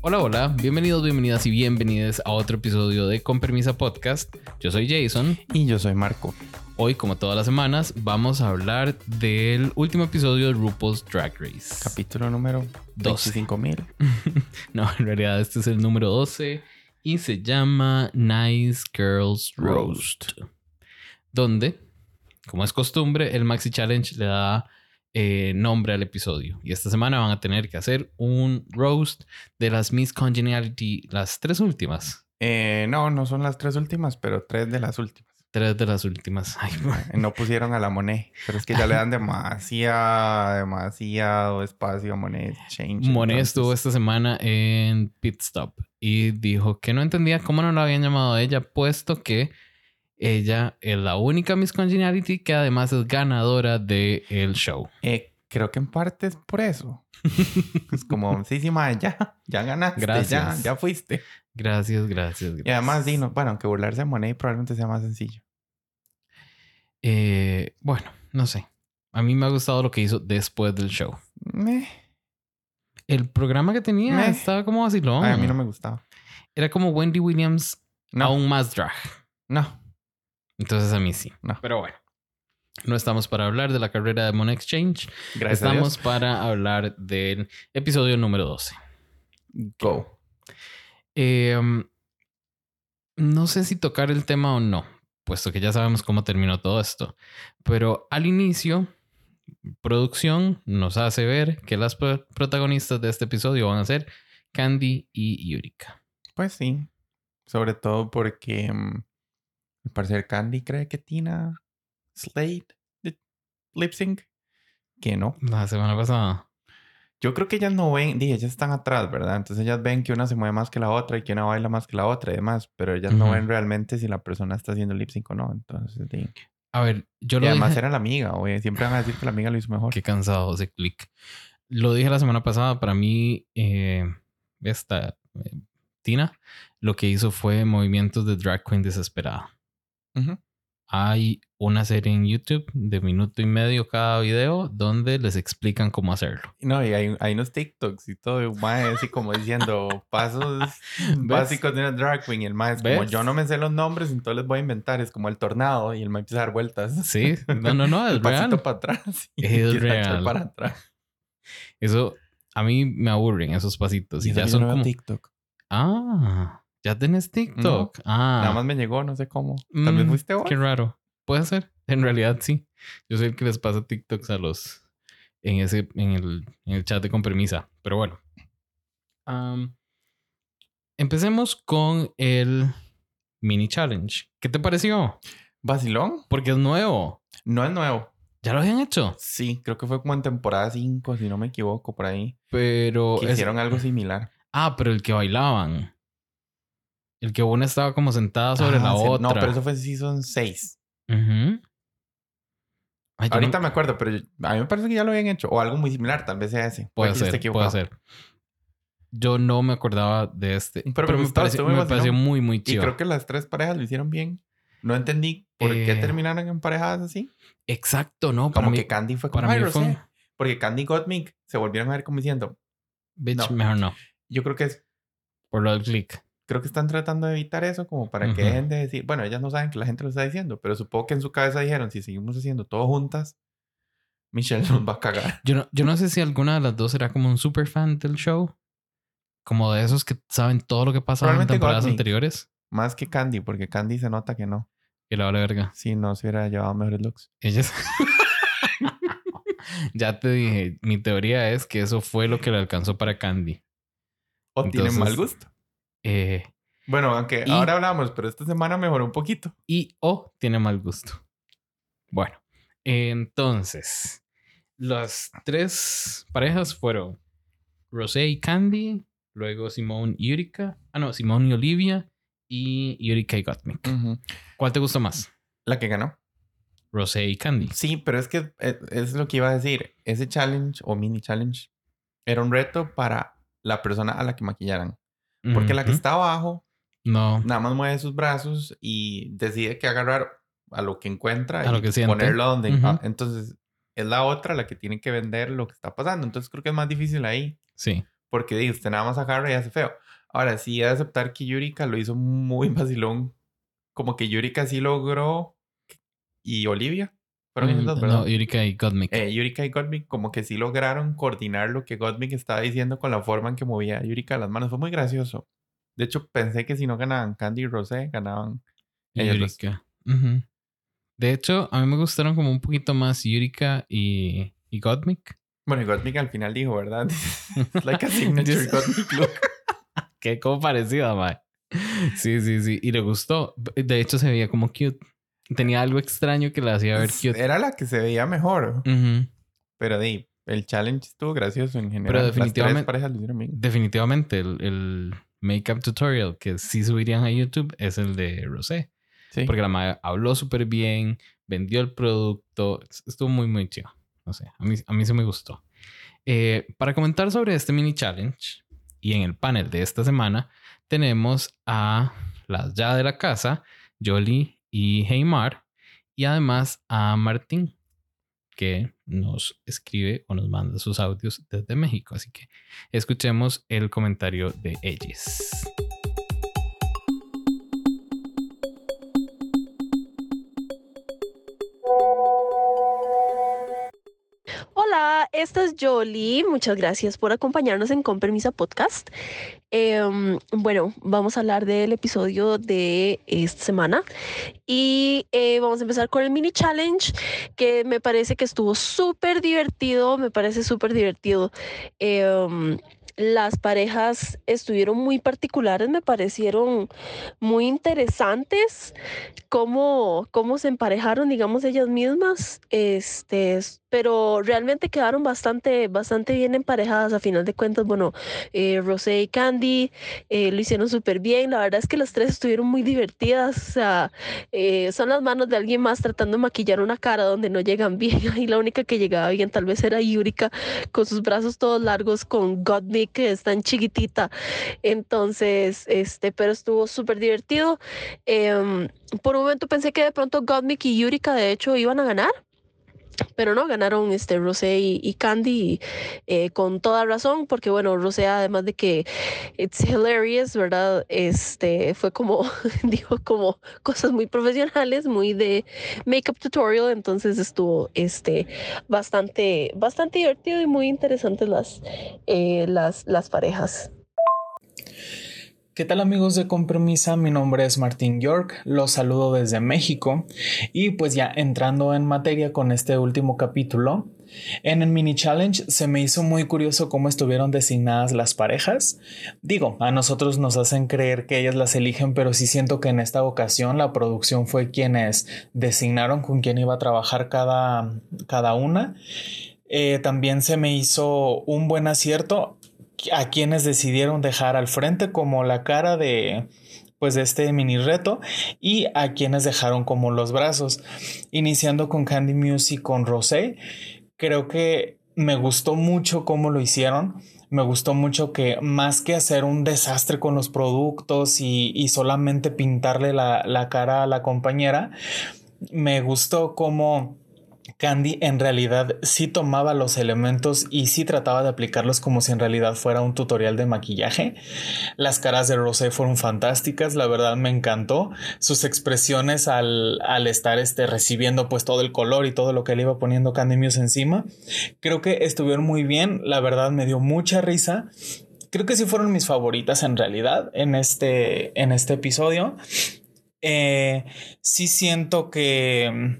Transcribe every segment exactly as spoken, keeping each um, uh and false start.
Hola, hola, bienvenidos, bienvenidas y bienvenidas a otro episodio de Con Permisa Podcast. Yo soy Jason. Y yo soy Marco. Hoy, como todas las semanas, vamos a hablar del último episodio de RuPaul's Drag Race. Capítulo número veinticinco mil. No, en realidad este es el número doce y se llama Nice Girls Roast. Roast. Donde, como es costumbre, el Maxi Challenge le da eh, nombre al episodio. Y esta semana van a tener que hacer un roast de las Miss Congeniality, las tres últimas. Eh, no, no son las tres últimas, pero tres de las últimas. Tres de las últimas. Ay, no pusieron a la Monet, pero es que ya le dan demasiado, demasiado espacio a Monet Change. Monet entonces... estuvo esta semana en Pit Stop y dijo que no entendía cómo no la habían llamado a ella, puesto que ella es la única Miss Congeniality que además es ganadora del show. Eh, creo que en parte es por eso. Es como, sí, sí, ma, ya, ya ganaste, gracias. ya, ya fuiste. Gracias, gracias, gracias. Y además, Dino, bueno, aunque burlarse de Monet probablemente sea más sencillo. Eh, bueno, no sé. A mí me ha gustado lo que hizo después del show. Meh. El programa que tenía Meh. estaba como vacilón. Ay, a mí no me gustaba. Era como Wendy Williams, no. aún más drag. No. Entonces a mí sí. No. Pero bueno. No estamos para hablar de la carrera de Monet Exchange. Gracias estamos a Dios. para hablar del episodio número doce. Go. Eh, um, no sé si tocar el tema o no, puesto que ya sabemos cómo terminó todo esto. Pero al inicio, producción nos hace ver que las pro- protagonistas de este episodio van a ser Candy y Eureka. Pues sí. Sobre todo porque um, al parecer Candy cree que Tina Slade de lip sync. Que no. La semana pasada. Yo creo que ellas no ven, dije, ellas están atrás, ¿verdad? Entonces ellas ven que una se mueve más que la otra y que una baila más que la otra y demás, pero ellas uh-huh. no ven realmente si la persona está haciendo lip sync o no. Entonces, sí. A ver, yo y lo además dije... era la amiga, oye, siempre van a decir que la amiga lo hizo mejor. Qué cansado ese click. Lo dije la semana pasada, para mí, eh, esta eh, Tina, lo que hizo fue movimientos de drag queen desesperada. Uh-huh. Hay una serie en YouTube de minuto y medio cada video donde les explican cómo hacerlo. No, y hay, hay unos TikToks y todo, un mae así como diciendo pasos básicos de una drag queen. Y el mae es como, yo no me sé los nombres, entonces les voy a inventar. Es como el tornado y el mae empieza a dar vueltas. Sí, no, no, no, es el real. pasito para atrás y es real. para atrás. Eso, a mí me aburren esos pasitos. Y, y ya yo son no como... TikTok. Ah... ¿Ya tenés TikTok? No, ah. Nada más me llegó, no sé cómo. Tal mm, vez fuiste vos. Qué raro. Puede ser. En realidad sí. Yo soy el que les pasa TikToks a los... En ese... En el, en el chat de Con Permisa. Pero bueno. Um, empecemos con el mini challenge. ¿Qué te pareció? ¿Vacilón? Porque es nuevo. No es nuevo. ¿Ya lo habían hecho? Sí, creo que fue como en temporada cinco, si no me equivoco, por ahí. Pero... Que es... hicieron algo similar. Ah, pero el que bailaban. El que una estaba como sentada sobre ah, la sí. otra. No, pero eso fue Season seis. Uh-huh. Ay, Ahorita no... me acuerdo, pero yo... a mí me parece que ya lo habían hecho. O algo muy similar, tal vez sea ese. Puede ser, puede ser. Yo no me acordaba de este. Pero, pero me, me, gustó, pareció, me pareció muy, muy chido. Y creo que las tres parejas lo hicieron bien. No entendí por eh... qué terminaron emparejadas así. Exacto, ¿no? Como para que mí, Candy fue como... Para Ay, mí fue... Porque Candy y Gottmik se volvieron a ver como diciendo... Bitch, no. mejor no. Yo creo que es... Por lo del click. Creo que están tratando de evitar eso como para uh-huh. que dejen de decir... Bueno, ellas no saben que la gente lo está diciendo. Pero supongo que en su cabeza dijeron... Si seguimos haciendo todo juntas... Michelle nos va a cagar. Yo no, yo no sé si alguna de las dos era como un super fan del show. Como de esos que saben todo lo que pasa en temporadas Gottmik, anteriores. Más que Candy. Porque Candy se nota que no. Que la vale verga. Sí, no se hubiera llevado mejores looks. Ellas... Ya te dije, mi teoría es que eso fue lo que le alcanzó para Candy. O tiene mal gusto. Eh, bueno, aunque y, ahora hablamos, pero esta semana mejoró un poquito. Y o tiene mal gusto. Bueno, entonces, las tres parejas fueron Rosé y Candy, luego Simone y Eureka. Ah, no, Simone y Olivia y Eureka y Gottmik. Uh-huh. ¿Cuál te gustó más? La que ganó. Rosé y Candy. Sí, pero es que es lo que iba a decir. Ese challenge o mini challenge era un reto para la persona a la que maquillaran. Porque uh-huh. la que está abajo no. nada más mueve sus brazos y decide que agarrar a lo que encuentra a y lo que siente. ponerlo donde... Uh-huh. ah, entonces, es la otra la que tiene que vender lo que está pasando. Entonces, creo que es más difícil ahí. Sí. porque dice, usted nada más agarra y hace feo. Ahora, sí, he de aceptar que Yurika lo hizo muy vacilón. Como que Yurika sí logró... Y Olivia. Fueron ellos dos, Mm, ¿verdad? no, Yurika y Gottmik. Eh, Yurika y Gottmik como que sí lograron coordinar lo que Gottmik estaba diciendo con la forma en que movía Yurika las manos. Fue muy gracioso. De hecho, pensé que si no ganaban Candy y Rosé, ganaban ellos dos. Yurika. Ujú. De hecho, a mí me gustaron como un poquito más Yurika y, y Gottmik. Bueno, y Gottmik al final dijo, ¿verdad? It's like a signature Gottmik look. Qué como parecida, mae. Sí, sí, sí. Y le gustó. De hecho, se veía como cute. Tenía algo extraño que la hacía ver cute. Era la que se veía mejor. Ujú. Pero de el challenge estuvo gracioso en general. Pero Las tres definitivamente, parejas lo hicieron bien. definitivamente el, el make-up tutorial que sí subirían a YouTube es el de Rosé. Sí. Porque la madre habló súper bien, vendió el producto. Estuvo muy, muy chido. No sé, a mí, a mí sí me gustó. Eh, para comentar sobre este mini challenge y en el panel de esta semana tenemos a las ya de la casa, Jolie y Heymar, y además a Martín, que nos escribe o nos manda sus audios desde México. Así que escuchemos el comentario de ellos. Hola, esta es Jolie. Muchas gracias por acompañarnos en Con Permisa Podcast. Eh, bueno, vamos a hablar del episodio de esta semana y eh, vamos a empezar con el mini challenge que me parece que estuvo súper divertido, me parece súper divertido. Eh, las parejas estuvieron muy particulares, me parecieron muy interesantes cómo, cómo se emparejaron, digamos, ellas mismas, este, pero realmente quedaron bastante, bastante bien emparejadas a final de cuentas. Bueno, eh, Rosé y Candy eh, lo hicieron súper bien. La verdad es que las tres estuvieron muy divertidas. O sea, eh, son las manos de alguien más tratando de maquillar una cara donde no llegan bien. Y la única que llegaba bien tal vez era Yurika con sus brazos todos largos, con Gottmik que es tan chiquitita. Entonces, este, pero estuvo súper divertido. Eh, por un momento pensé que de pronto Gottmik y Yurika de hecho iban a ganar, pero no, ganaron este Rosé y, y Candy eh, con toda razón, porque bueno, Rosé además de que it's hilarious, ¿verdad? Este fue como, dijo como cosas muy profesionales, muy de makeup tutorial, entonces estuvo este bastante, bastante divertido y muy interesantes las, eh, las, las parejas. ¿Qué tal amigos de Con Permisa? Mi nombre es Martín York, los saludo desde México y pues ya entrando en materia con este último capítulo, en el mini challenge se me hizo muy curioso cómo estuvieron designadas las parejas. Digo, a nosotros nos hacen creer que ellas las eligen, pero sí siento que en esta ocasión la producción fue quienes designaron con quién iba a trabajar cada, cada una. Eh, también se me hizo un buen acierto a quienes decidieron dejar al frente como la cara de pues de este mini reto y a quienes dejaron como los brazos, iniciando con Candy Muse y con Rosé. Creo que me gustó mucho cómo lo hicieron. Me gustó mucho que más que hacer un desastre con los productos y, y solamente pintarle la, la cara a la compañera, me gustó cómo Candy en realidad sí tomaba los elementos y sí trataba de aplicarlos como si en realidad fuera un tutorial de maquillaje. Las caras de Rosé fueron fantásticas, la verdad me encantó. Sus expresiones al, al estar este, recibiendo pues todo el color y todo lo que le iba poniendo Candy Muse encima. Creo que estuvieron muy bien, la verdad me dio mucha risa. Creo que sí fueron mis favoritas en realidad en este, en este episodio. Eh, sí siento que...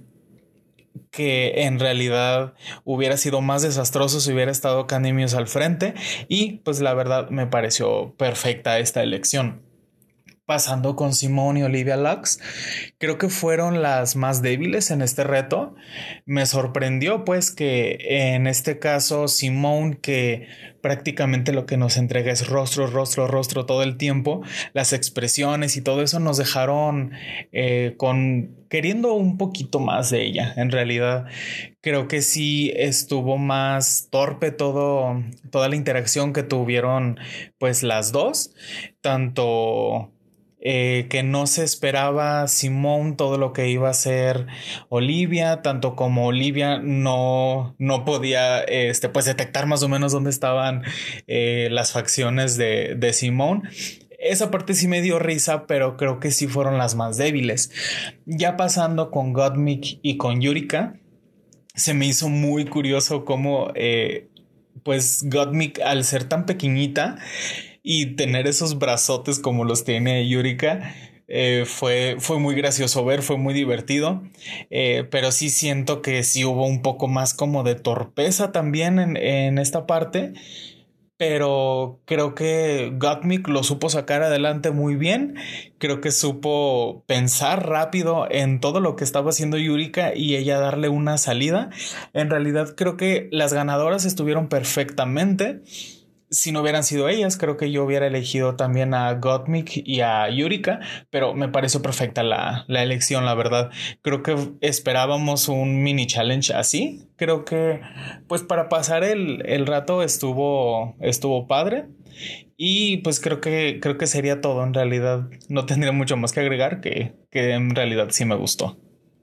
que en realidad hubiera sido más desastroso si hubiera estado Candy Muse al frente y pues la verdad me pareció perfecta esta elección. Pasando con Simone y Olivia Lux, creo que fueron las más débiles en este reto. Me sorprendió pues que en este caso Simone, que prácticamente lo que nos entrega es rostro, rostro, rostro todo el tiempo, las expresiones y todo eso nos dejaron eh, con queriendo un poquito más de ella. En realidad creo que sí estuvo más torpe todo, toda la interacción que tuvieron pues las dos, tanto Eh, que no se esperaba Simone todo lo que iba a hacer Olivia, tanto como Olivia no, no podía este, pues detectar más o menos dónde estaban eh, las facciones de, de Simone. Esa parte sí me dio risa, pero creo que sí fueron las más débiles. Ya pasando con Gottmik y con Yurika, se me hizo muy curioso cómo eh, pues Gottmik, al ser tan pequeñita y tener esos brazotes como los tiene Yurika, eh, fue, fue muy gracioso ver, fue muy divertido, eh, pero sí siento que sí hubo un poco más como de torpeza también en, en esta parte. Pero creo que Gottmik lo supo sacar adelante muy bien. Creo que supo pensar rápido en todo lo que estaba haciendo Yurika y ella darle una salida. En realidad creo que las ganadoras estuvieron perfectamente. Si no hubieran sido ellas, creo que yo hubiera elegido también a Gottmik y a Yurika, pero me pareció perfecta la, la elección, la verdad. Creo que esperábamos un mini challenge así. Creo que, pues, para pasar el, el rato estuvo, estuvo padre. Y pues creo que, creo que sería todo. En realidad, no tendría mucho más que agregar, que, que en realidad sí me gustó.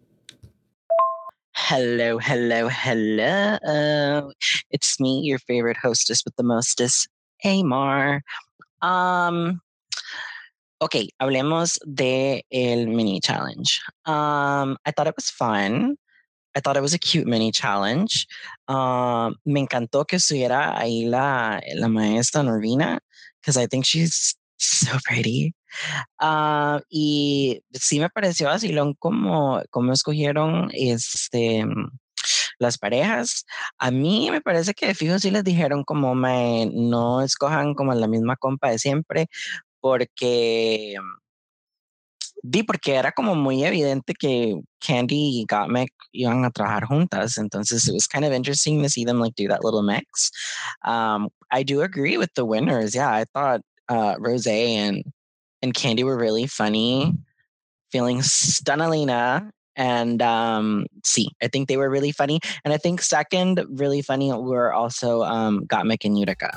Hello, hello, hello. It's me, your favorite hostess with the mostest, Amar. Um, ok, hablemos de el mini challenge. Um, I thought it was fun. I thought it was a cute mini challenge. Um, me encantó que estuviera ahí la, la maestra Norvina, because I think she's so pretty. Uh, y sí me pareció vacilón como, como escogieron este, las parejas. A mí me parece que de fijo sí les dijeron como me, no escojan como la misma compa de siempre, porque di porque era como muy evidente que Candy y Gottmik iban a trabajar juntas. Entonces it was kind of interesting to see them like do that little mix. Um, I do agree with the winners. Yeah, I thought uh, Rose and and Candy were really funny, feeling Stunalina. And um, see, I think they were really funny. And I think second, really funny were also um, Gottmik and Yurika.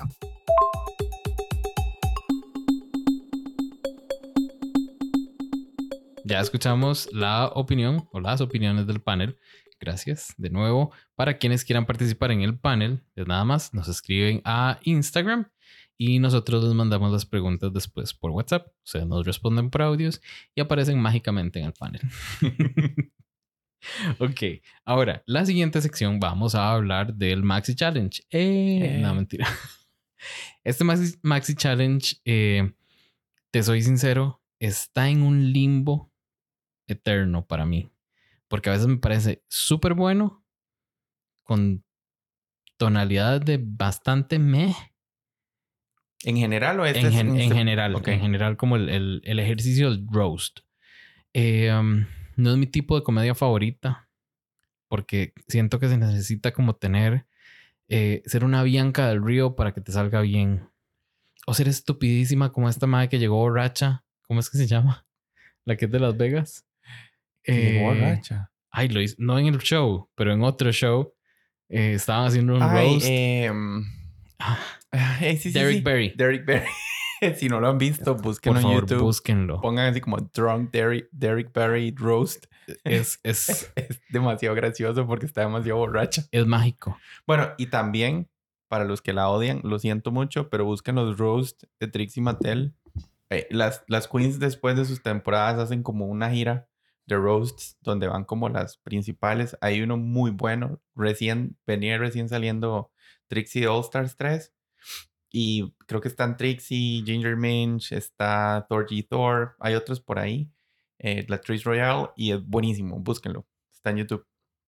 Ya escuchamos la opinión o las opiniones del panel. Gracias de nuevo. Para quienes quieran participar en el panel, es nada más, nos escriben a Instagram y nosotros les mandamos las preguntas después por WhatsApp. O sea, nos responden por audios y aparecen mágicamente en el panel. Ok, ahora, la siguiente sección vamos a hablar del Maxi Challenge. Eh, eh. No, mentira. Este Maxi, Maxi Challenge, eh, te soy sincero, está en un limbo eterno para mí. Porque a veces me parece súper bueno, con tonalidades de bastante meh. ¿En general o este en, es gen, un... en general? Okay. En general, como el, el, el ejercicio del roast. Eh, um, no es mi tipo de comedia favorita, porque siento que se necesita como tener, eh, ser una Bianca del Río para que te salga bien. O ser estupidísima como esta madre que llegó borracha. ¿Cómo es que se llama? La que es de Las Vegas. Eh, llegó borracha. Ay, lo hice, no en el show, pero en otro show. Eh, estaban haciendo un Ay, roast. Eh, ah, sí, sí, Derrick sí. Barry. Derrick Barry. Si no lo han visto, búsquenlo Por favor, en YouTube. Búsquenlo. Pongan así como Drunk Derrick, Derrick Barry Roast. Es, es, es demasiado gracioso porque está demasiado borracha. Es mágico. Bueno, y también, para los que la odian, lo siento mucho, pero busquen los roast de Trixie Mattel. Eh, las, las queens después de sus temporadas hacen como una gira de roasts donde van como las principales. Hay uno muy bueno. Recién, venía recién saliendo Trixie All Stars tres. Y creo que están Trixie, Ginger Minch, está Thorgy Thor. Hay otros por ahí. Eh, la Trish Royale. Y es buenísimo. Búsquenlo. Está en YouTube.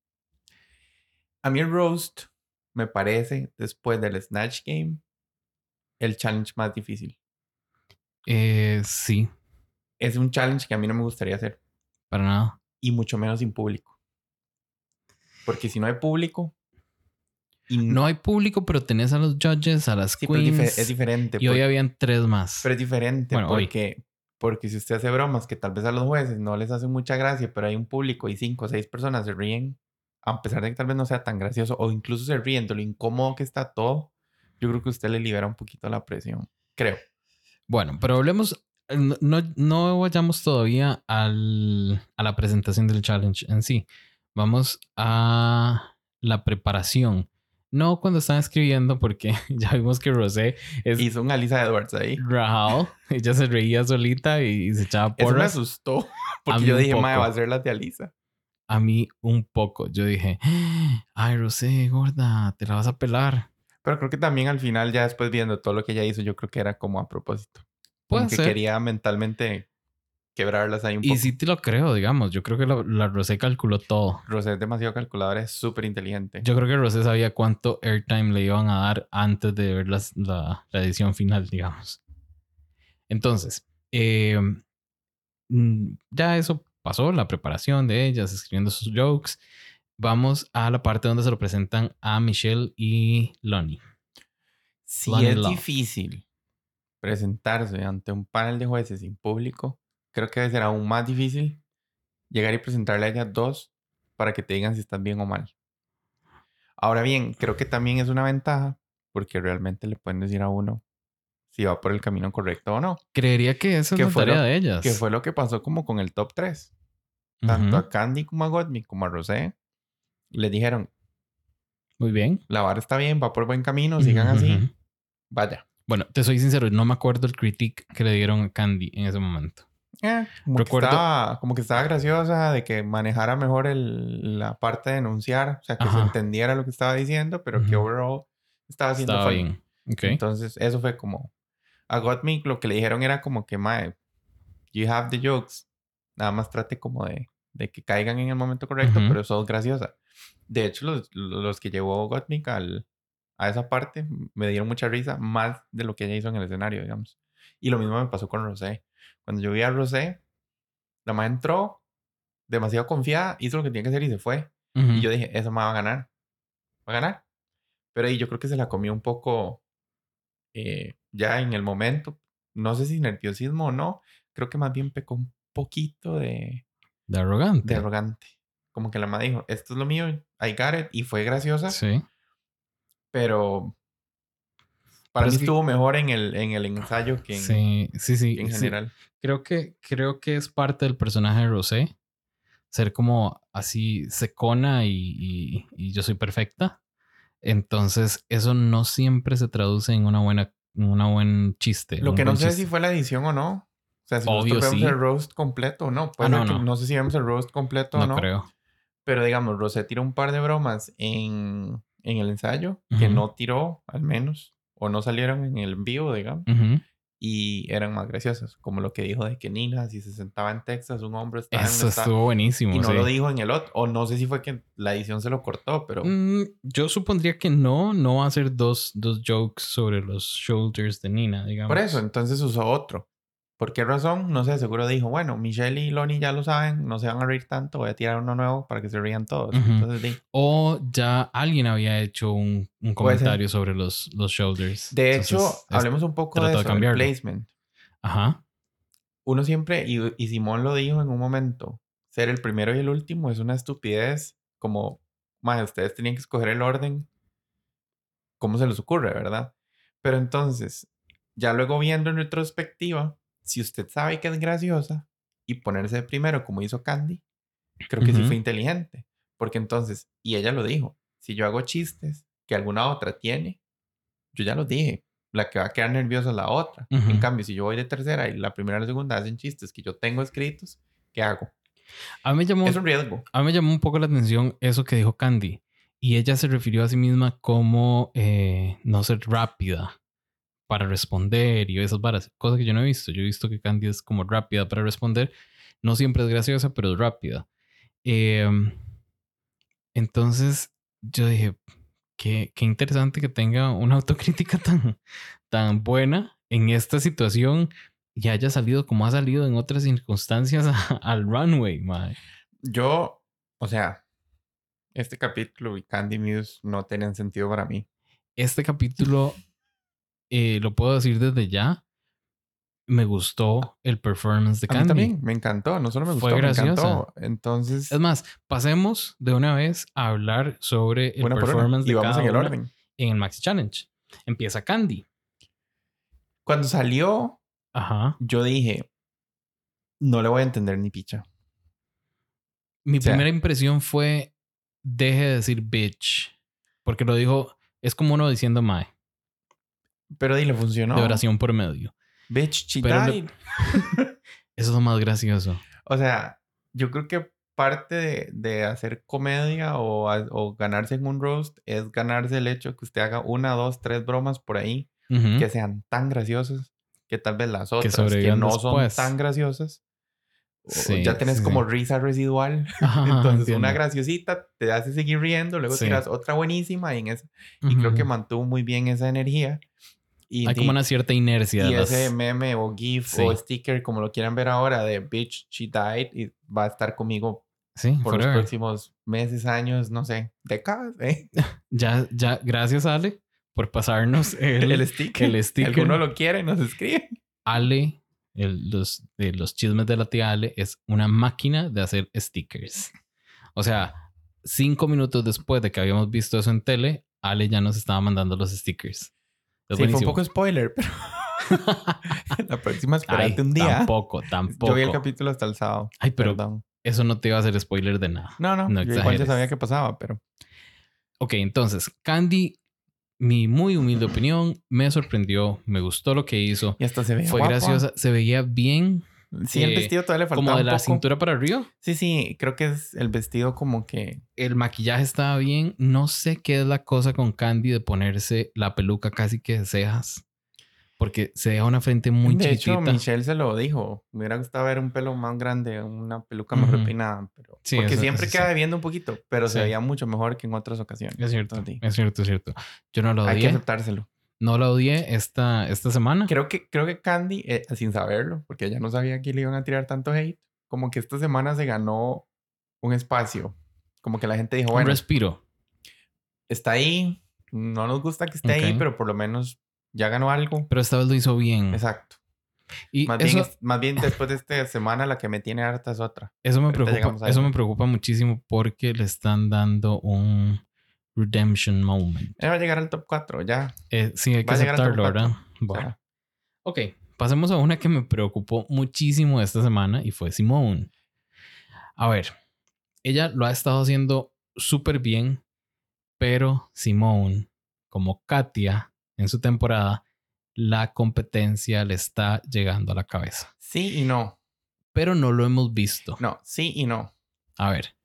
A mí el roast me parece, después del Snatch Game, el challenge más difícil. Eh, sí. Es un challenge que a mí no me gustaría hacer. Para nada. Y mucho menos sin público. Porque si no hay público... Y no hay público, pero tenés a los judges, a las sí, queens. Pero es diferente. Y porque, hoy habían tres más. Pero es diferente. Bueno, porque, hoy. porque si usted hace bromas que tal vez a los jueces no les hace mucha gracia, pero hay un público y cinco o seis personas se ríen, a pesar de que tal vez no sea tan gracioso, o incluso se ríen de lo incómodo que está todo, yo creo que usted le libera un poquito la presión. Creo. Bueno, pero hablemos no, no, no vayamos todavía al, a la presentación del challenge en sí. Vamos a la preparación. No cuando están escribiendo, porque ya vimos que Rosé es Hizo un Alisa Edwards ahí. rajado. Ella se reía solita y, y se echaba Eso me porras. asustó. A Porque mí yo un dije, poco. madre, va a ser la de Alisa. A mí un poco. Yo dije, ay, Rosé, gorda, te la vas a pelar. Pero creo que también al final, ya después viendo todo lo que ella hizo, yo creo que era como a propósito. Como Puede que ser. quería mentalmente quebrarlas ahí un Y poco. sí te lo creo, digamos. Yo creo que la, la Rosé calculó todo. Rosé es demasiado calculadora, es súper inteligente. Yo creo que Rosé sabía cuánto airtime le iban a dar antes de ver las- la, la edición final, digamos. Entonces, eh, mm, ya eso pasó, la preparación de ellas, escribiendo sus jokes. Vamos a la parte donde se lo presentan a Michelle y Lonnie. Si Lonnie es Love. difícil presentarse ante un panel de jueces sin público, creo que debe ser aún más difícil llegar y presentarle a ellas dos para que te digan si estás bien o mal. Ahora bien, creo que también es una ventaja porque realmente le pueden decir a uno si va por el camino correcto o no. Creería que esa es Que la fue tarea lo- de ellas. Que fue lo que pasó como con el top tres. Tanto Ujú. a Candy como a Gottmik como a Rosé le dijeron, Muy bien. la vara está bien, va por buen camino, sigan Ujú, así, ujú. vaya. Bueno, te soy sincero, no me acuerdo el critique que le dieron a Candy en ese momento. Eh, como, Recuerdo- que estaba, como que estaba graciosa de que manejara mejor el, la parte de enunciar, o sea, que Ajá. se entendiera lo que estaba diciendo, pero que Ujú. overall estaba haciendo Estaba funny. bien. Ok. Entonces, eso fue como... A Gottmik lo que le dijeron era como que, mae, you have the jokes. Nada más trate como de, de que caigan en el momento correcto, Ujú. pero sos graciosa. De hecho, los, los que llevó Gottmik al, a esa parte me dieron mucha risa, más de lo que ella hizo en el escenario, digamos. Y lo mismo me pasó con Rosé. Cuando yo vi a Rosé, la madre entró demasiado confiada, hizo lo que tenía que hacer y se fue. Ujú. Y yo dije, esa madre va a ganar. Va a ganar. Pero ahí yo creo que se la comió un poco eh, ya en el momento. No sé si nerviosismo o no. Creo que más bien pecó un poquito de, De arrogante. de arrogante. Como que la madre dijo, esto es lo mío, I got it. Y fue graciosa. Sí. Pero para Pero mí es que- estuvo mejor en el, en el ensayo que en, Sí, sí, sí. que en sí. general. Creo que, creo que es parte del personaje de Rosé. Ser como así secona y, y, y yo soy perfecta. Entonces, eso no siempre se traduce en una buena, en una buen chiste. Lo un que no buen sé chiste. si fue la edición o no. O sea, si Obvio, nosotros vemos sí. el roast completo o no. Puede Ah, ser no, que no. no sé si vemos el roast completo o No no. creo. Pero digamos, Rosé tiró un par de bromas en, en el ensayo que Ujú. no tiró, al menos, o no salieron en el en vivo, digamos, Ujú. y eran más graciosas. Como lo que dijo de que Nina, si se sentaba en Texas, un hombre estaba en Eso un estado. estuvo buenísimo. Y no sí. lo dijo en el otro. O no sé si fue que la edición se lo cortó, pero. Mm, yo supondría que no, no va a ser dos, dos jokes sobre los shoulders de Nina, digamos. Por eso, entonces usó otro. ¿Por qué razón? No sé, seguro dijo, bueno, Michelle y Lonnie ya lo saben, no se van a reír tanto, voy a tirar uno nuevo para que se rían todos. Ujú. Entonces, di. O ya alguien había hecho un, un Puede ser. comentario sobre los, los shoulders. De Entonces, hecho, es- hablemos un poco de trató de eso, del cambiarlo. placement. Ajá. Uno siempre, y, y Simón lo dijo en un momento, ser el primero y el último es una estupidez, como, más ustedes tenían que escoger el orden, ¿cómo se les ocurre, verdad? Pero entonces, ya luego viendo en retrospectiva, si usted sabe que es graciosa y ponerse de primero como hizo Candy, creo que sí Ujú. fue inteligente, porque entonces, y ella lo dijo, si yo hago chistes que alguna otra tiene, yo ya los dije, la que va a quedar nerviosa es la otra. Ujú. En cambio, si yo voy de tercera y la primera y la segunda hacen chistes que yo tengo escritos, ¿qué hago? A mí me llamó, Es un riesgo. a mí me llamó un poco la atención eso que dijo Candy. Y ella se refirió a sí misma como eh, no ser rápida para responder y esas varas. Cosas que yo no he visto. Yo he visto que Candy es como rápida para responder. No siempre es graciosa, pero es rápida. Eh, entonces yo dije, qué, qué interesante que tenga una autocrítica tan, tan buena en esta situación y haya salido como ha salido en otras circunstancias a- al runway, mae. Yo, o sea, este capítulo y Candy Muse no tenían sentido para mí. Este capítulo, eh, lo puedo decir desde ya, me gustó el performance de A mí Candy. también, me encantó. No solo me Fue gustó, me graciosa. encantó. Entonces, Es más, pasemos de una vez a hablar sobre el una por una. performance Y de vamos cada en el una orden. en el Maxi Challenge. Empieza Candy. Cuando salió Ajá. yo dije, no le voy a entender ni picha. Mi O sea, primera impresión fue, deje de decir bitch. Porque lo dijo, es como uno diciendo mae, Pero y le funcionó. de oración por medio. Bitch, she Pero le- died. Eso es lo más gracioso. O sea, yo creo que parte de, de hacer comedia o, a- o ganarse en un roast es ganarse el hecho que usted haga una, dos, tres bromas por ahí Ujú. que sean tan graciosas que tal vez las Que otras que, sobrevivan no son después. tan graciosas o Sí, ya tenés sí, como sí. risa residual. Ajá, Entonces entiendo. una graciosita te hace seguir riendo, luego Sí. tiras otra buenísima y, en esa, y creo que Ujú. mantuvo muy bien esa energía. Y, Hay como una cierta inercia. y de las- ese meme o GIF Sí. o sticker, como lo quieran ver ahora, de Bitch, she died, y va a estar conmigo Sí, por los forever. próximos meses, años, no sé, décadas, ¿eh? Ya, ya, gracias Ale por pasarnos el, El, sticker. el Si sticker. alguno lo quiere, nos escribe. Ale, el- los, de los chismes de la tía Ale, es una máquina de hacer stickers. O sea, cinco minutos después de que habíamos visto eso en tele, Ale ya nos estaba mandando los stickers. Es Sí, fue un buenísimo. poco spoiler, pero la próxima Ay, espérate un día. tampoco, tampoco. Yo vi el capítulo hasta el sábado. Ay, pero Perdón. eso no te iba a hacer spoiler de nada. No, no, No yo igual ya exageres. sabía que pasaba, pero Ok, entonces, Candy, mi muy humilde opinión, me sorprendió, me gustó lo que hizo. y hasta se veía Fue guapa. graciosa, se veía bien, Sí, el eh, vestido todavía le faltaba como de un la poco. cintura para arriba. Sí, sí, creo que es el vestido como que... El maquillaje estaba bien. No sé qué es la cosa con Candy de ponerse la peluca casi que de cejas. Porque se deja una frente muy de chiquitita. hecho, Michelle se lo dijo. Me hubiera gustado ver un pelo más grande, una peluca mejor Ujú. peinada. Pero... Sí, Porque eso- siempre eso queda sí. debiendo un poquito, pero Sí. se veía mucho mejor que en otras ocasiones. Es cierto, Entonces, es cierto, es cierto. Yo no la hay que odié. aceptárselo. No la odié esta, esta semana. Creo que, creo que Candy, eh, sin saberlo, porque ella no sabía que le iban a tirar tanto hate, como que esta semana se ganó un espacio. Como que la gente dijo, Un bueno, respiro. está ahí, no nos gusta que esté ahí, Ok. pero por lo menos ya ganó algo. Pero esta vez lo hizo bien. Exacto. Y Más, eso, bien, es- más bien después de esta semana la que me tiene harta es otra. eso me ahorita preocupa. llegamos a Eso eso. me preocupa muchísimo porque le están dando un redemption moment. Él va a llegar al top cuatro, ya. Eh, sí, hay que Va a llegar al top aceptarlo, ¿verdad? O Bueno. sea, Ok, pasemos a una que me preocupó muchísimo esta semana y fue Simone. A ver, ella lo ha estado haciendo súper bien, pero Simone, como Katia en su temporada, la competencia le está llegando a la cabeza. sí y no. Pero no lo hemos visto. No, sí y no. A ver,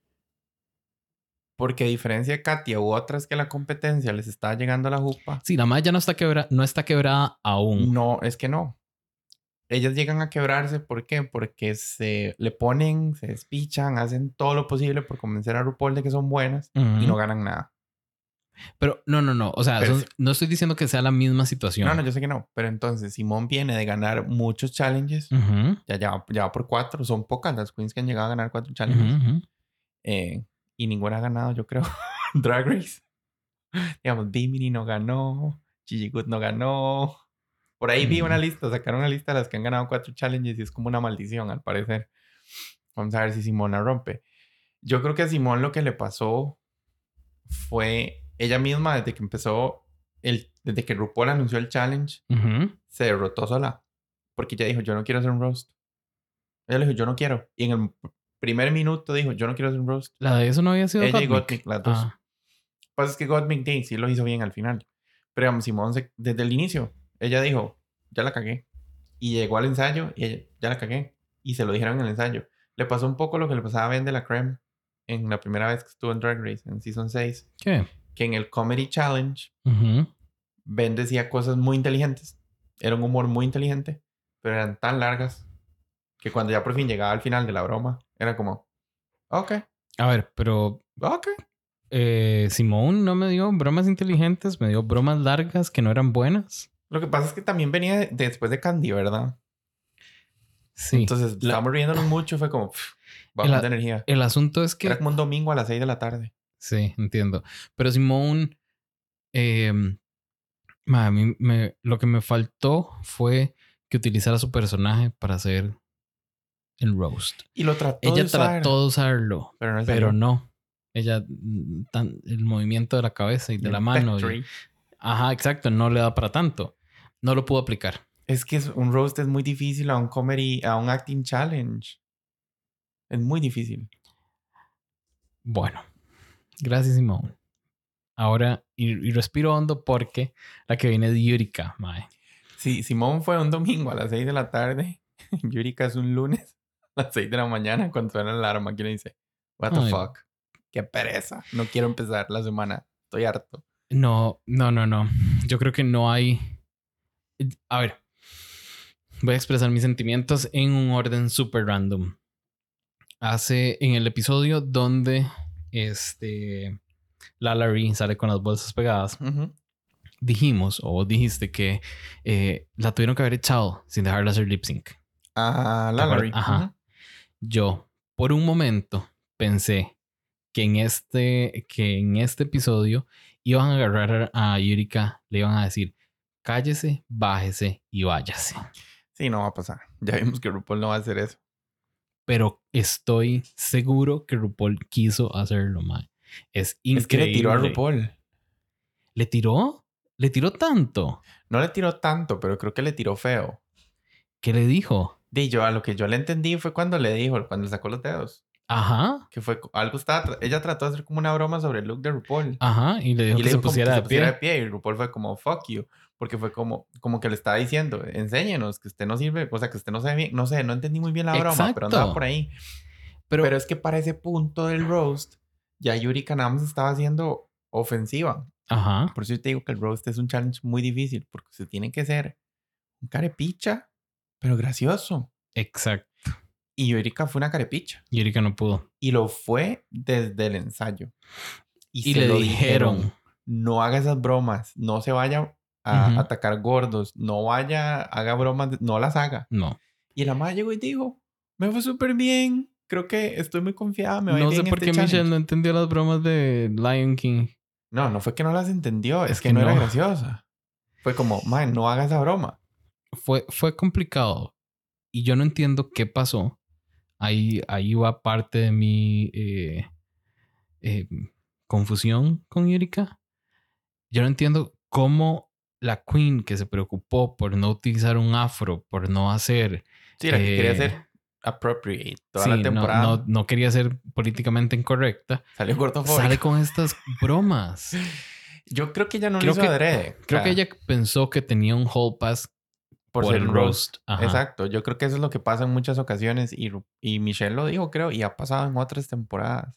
Porque a diferencia de Katia u otras que la competencia les está llegando a la jupa, sí, la madre ya no está, quebra no está quebrada aún. no, es que no. Ellas llegan a quebrarse, ¿por qué? Porque se le ponen, se despichan, hacen todo lo posible por convencer a RuPaul de que son buenas Ujú. y no ganan nada. Pero no, no, no. O sea, Pero son- sí. no estoy diciendo que sea la misma situación. No, no, yo sé que no. Pero entonces Simón viene de ganar muchos challenges. Ujú, Ya, ya, ya va por cuatro. Son pocas las queens que han llegado a ganar cuatro ujú, challenges. ujú. Eh, y ninguna ha ganado, yo creo. Drag Race. Digamos, Bimini no ganó. Gigi Good no ganó. Por ahí vi Mm. una lista, sacaron una lista de las que han ganado cuatro challenges y es como una maldición, al parecer. Vamos a ver si Simona rompe. Yo creo que a Simón lo que le pasó fue ella misma desde que empezó, el, desde que RuPaul anunció el challenge, Ujú. se derrotó sola. Porque ella dijo, yo no quiero hacer un roast. Ella le dijo, yo no quiero. Y en el primer minuto dijo, yo no quiero hacer un roast. La de eso no había sido Ella y Gottmik. Gottmik, las dos. Ah, Lo que pasa es que Gottmik Day sí lo hizo bien al final. Pero digamos, Simón, se- desde el inicio, ella dijo, ya la cagué. Y llegó al ensayo y ella, ya la cagué. Y se lo dijeron en el ensayo. Le pasó un poco lo que le pasaba a Ben de la Creme en la primera vez que estuvo en Drag Race, en Season seis. ¿qué? Que en el Comedy Challenge, Ujú. Ben decía cosas muy inteligentes. Era un humor muy inteligente, pero eran tan largas que cuando ya por fin llegaba al final de la broma, era como, ok, A ver, pero ok. eh, Simone no me dio bromas inteligentes, me dio bromas largas que no eran buenas. Lo que pasa es que también venía de- después de Candy, ¿verdad? Sí. Entonces, La- estábamos riéndonos mucho, fue como, pff, El bajón a- de energía. El asunto es que... Era como un domingo a las seis de la tarde. Sí, entiendo. Pero Simone, eh, ma, a mí me, lo que me faltó fue que utilizara su personaje para hacer el roast. Y lo trató Ella de usar, trató de usarlo, pero no, pero salió. no. Ella, mm, tan- el movimiento de la cabeza y de El la mano. y- factory. ajá, exacto, no le da para tanto. No lo pudo aplicar. Es que es, un roast es muy difícil a un comedy, a un acting challenge. Es muy difícil. Bueno, gracias, Simón. Ahora, y, y respiro hondo porque la que viene es Yurika, mae. Sí, Simón fue un domingo a las seis de la tarde. Yurika es un lunes a las seis de la mañana cuando suena la alarma. ¿Quién dice? What the Ay. fuck? Qué pereza. No quiero empezar la semana. Estoy harto. No, no, no, no. Yo creo que no hay... A ver, voy a expresar mis sentimientos en un orden súper random. Hace en el episodio donde este Lalaurie sale con las bolsas pegadas, Ujú. dijimos o dijiste que eh, la tuvieron que haber echado sin dejarla hacer lip sync. Ah, ¿Te Lalaurie. acuerdas? Ajá. Ujú. Yo, por un momento, pensé que en este, que en este episodio iban a agarrar a Yurika, le iban a decir, cállese, bájese y váyase. Sí, no va a pasar. Ya vimos que RuPaul no va a hacer eso. Pero estoy seguro que RuPaul quiso hacerlo, mae. Es increíble. Es que le tiró a RuPaul. ¿Le tiró? ¿Le tiró tanto? No le tiró tanto, pero creo que le tiró feo. ¿Qué le dijo? De yo, a lo que yo le entendí fue cuando le dijo, cuando le sacó los dedos. Ajá, Que fue algo estaba... tra- Ella trató de hacer como una broma sobre el look de RuPaul. ajá. Y le dijo Y que le se dijo como pusiera que de se pusiera de pie. pie. Y RuPaul fue como, fuck you. Porque fue como, como que le estaba diciendo, enséñenos que usted no sirve, o sea, que usted no se ve bien. No sé, no entendí muy bien la broma, Exacto. pero andaba por ahí. Pero, Pero es que para ese punto del roast, ya Yurika nada más estaba haciendo ofensiva. ajá, Por eso yo te digo que el roast es un challenge muy difícil, porque se tiene que ser un carepicha, pero gracioso. exacto. Y Yurika fue una carepicha. Yurika no pudo. Y lo fue desde el ensayo. Y, Y se le lo dijeron. dijeron, no haga esas bromas, no se vaya a Ujú. atacar gordos, no vaya, haga bromas, de- no las haga. No. Y la madre llegó y dijo, me fue súper bien, creo que estoy muy confiada, me va No bien sé en por este qué challenge. Michelle no entendió las bromas de Lion King. No, no fue que no las entendió, es, Es que, que no, era no. graciosa. Fue como, man, no haga esa broma. Fue, fue complicado. Y yo no entiendo qué pasó. Ahí, ahí va parte de mi eh, eh, confusión con Yurika. Yo no entiendo cómo la Queen que se preocupó por no utilizar un afro, por no hacer... Sí, la que quería eh, ser appropriate toda sí, la no, temporada. no, no quería ser políticamente incorrecta. Salió gordofóbica. Sale con estas bromas. Yo creo que ella no Creo lo hizo que- adrede. Creo o que sea, ella pensó que tenía un hall pass por, por ser el un roast. roast. Ajá. Exacto. Yo creo que eso es lo que pasa en muchas ocasiones. Y, Ru- y Michelle lo dijo, creo, y ha pasado en otras temporadas.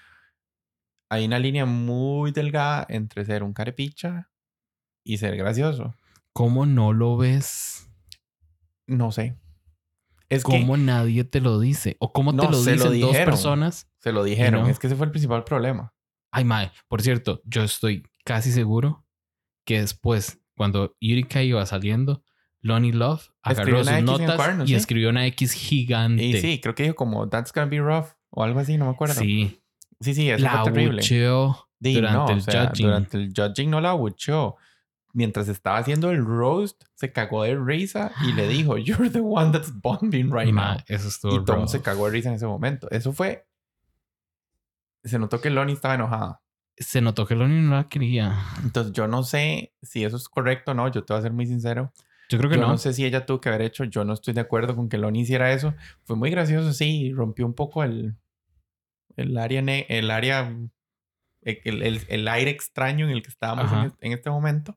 Hay una línea muy delgada entre ser un carepicha y ser gracioso. ¿Cómo no lo ves? No sé. Es ¿Cómo que nadie te lo dice? ¿O cómo No, te lo se lo dicen dos dijeron. personas? se lo dijeron. no. Es que ese fue el principal problema. Ay, mae. Por cierto, yo estoy casi seguro que después, cuando Yurika iba saliendo, Lonnie Love Escribió agarró una sus X en el notas cuaderno, y ¿sí? escribió una X gigante. Y sí, creo que dijo como, that's gonna be rough. O algo así, no me acuerdo. Sí. Sí, sí, eso La fue terrible. abucheó Di, durante no, el o sea, judging. durante el judging no la abucheó. Mientras estaba haciendo el roast, se cagó de risa y le dijo, you're the one that's bombing right Ma, now. eso estuvo Y Tom rough. se cagó de risa en ese momento. Eso fue... Se notó que Lonnie estaba enojada. Se notó que Lonnie no la quería. Entonces yo no sé si eso es correcto o no. Yo te voy a ser muy sincero. Yo creo que Yo no. no sé si ella tuvo que haber hecho. Yo no estoy de acuerdo con que Lonnie hiciera eso. Fue muy gracioso, sí. Rompió un poco el... El área... ne- El área... El, el- el aire extraño en el que estábamos en, Ajá. es- en este momento.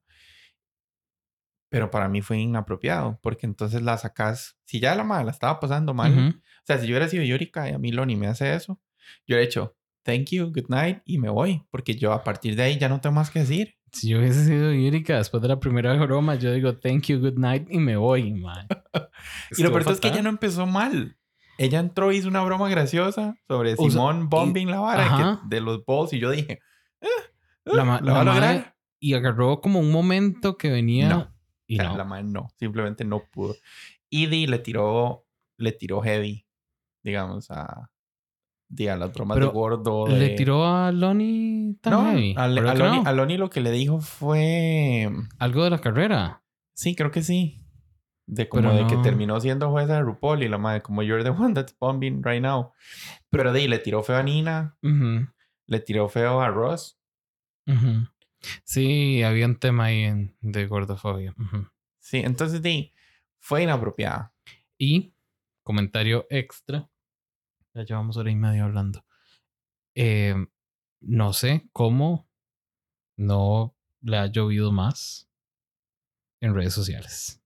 Pero para mí fue inapropiado. Porque entonces la sacas... Si ya la madre la estaba pasando mal... Ujú. O sea, si yo hubiera sido Yurika y a mí Lonnie me hace eso... Yo hubiera hecho... Thank you, good night. Y me voy. Porque yo a partir de ahí ya no tengo más que decir. Si yo hubiese sido Yurika después de la primera broma, yo digo thank you, good night y me voy, man. Y lo peor es que ella no empezó mal. Ella entró y hizo una broma graciosa sobre O sea, Simón bombing la vara ajá. que- de los balls. Y yo dije, "Ah, ah, La, ma- la va la a lograr". madre- y agarró como un momento que venía No. y O sea, no. la madre no, simplemente no pudo. Y Dee le tiró, le tiró heavy, digamos, a, di, a las bromas Pero de gordo. ¿Le de- tiró a Lonnie tan No, heavy? a, ¿Verdad a que Lonnie, no? a Lonnie lo que le dijo fue, Algo de la carrera. sí, creo que sí. De como Pero de que no. terminó siendo jueza de RuPaul y la madre, como you're the one that's bombing right now. Pero de ahí le tiró feo a Nina, Ujú, le tiró feo a Ross. ujú. Sí, había un tema ahí en- de gordofobia. Ujú. Sí, entonces di, Fue inapropiada. Y comentario extra. Ya llevamos hora y media hablando. Eh, no sé cómo no le ha llovido más en redes sociales.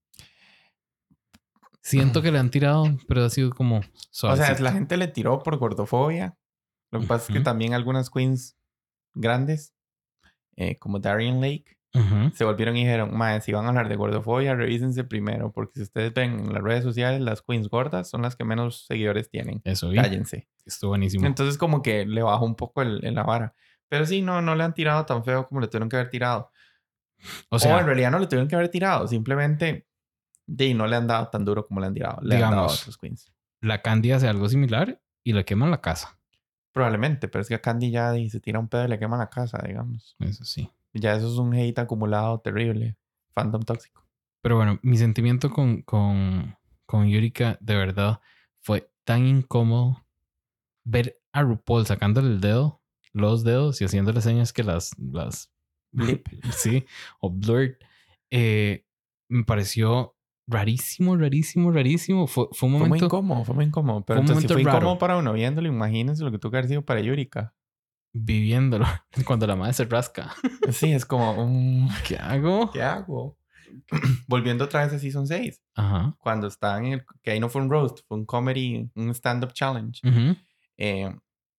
Siento que le han tirado, pero ha sido como O suavecito. sea, la gente le tiró por gordofobia. Lo que pasa es que Ujú. también algunas queens grandes, eh, como Darian Lake, Ujú. se volvieron y dijeron, mae, si van a hablar de gordofobia, revísense primero, porque si ustedes ven en las redes sociales, las queens gordas son las que menos seguidores tienen. Eso vi. Cállense. Estuvo buenísimo. Entonces como que le bajó un poco el, en la vara. Pero sí, no, no le han tirado tan feo como le tuvieron que haber tirado. O O, sea, en realidad no le tuvieron que haber tirado. Simplemente de, no le han dado tan duro como le han tirado. Le han dado a digamos, otros queens. la Candy hace algo similar y le queman la casa. Probablemente, pero es que a Candy ya di, se tira un pedo y le quema la casa, digamos. Eso sí. Ya eso es un hate acumulado terrible. Fandom tóxico. Pero bueno, mi sentimiento con, con, con Yurika de verdad fue tan incómodo ver a RuPaul sacándole el dedo, los dedos y haciéndole señas que las, las Blip. sí, o blurred. Eh, me pareció rarísimo, rarísimo, rarísimo. Fue, fue un Fue muy momento incómodo, fue muy incómodo. Pero fue un entonces si momento fue raro. incómodo para uno viéndolo, imagínense lo que tuvo que haber sido para Yurika. viviéndolo cuando la madre se rasca. Sí, es como, mm, ¿Qué hago? ¿qué hago? Volviendo otra vez a Season seis. Ajá. Cuando estaban en el... Que ahí no fue un roast, fue un comedy, un stand-up challenge. Ujú. Eh,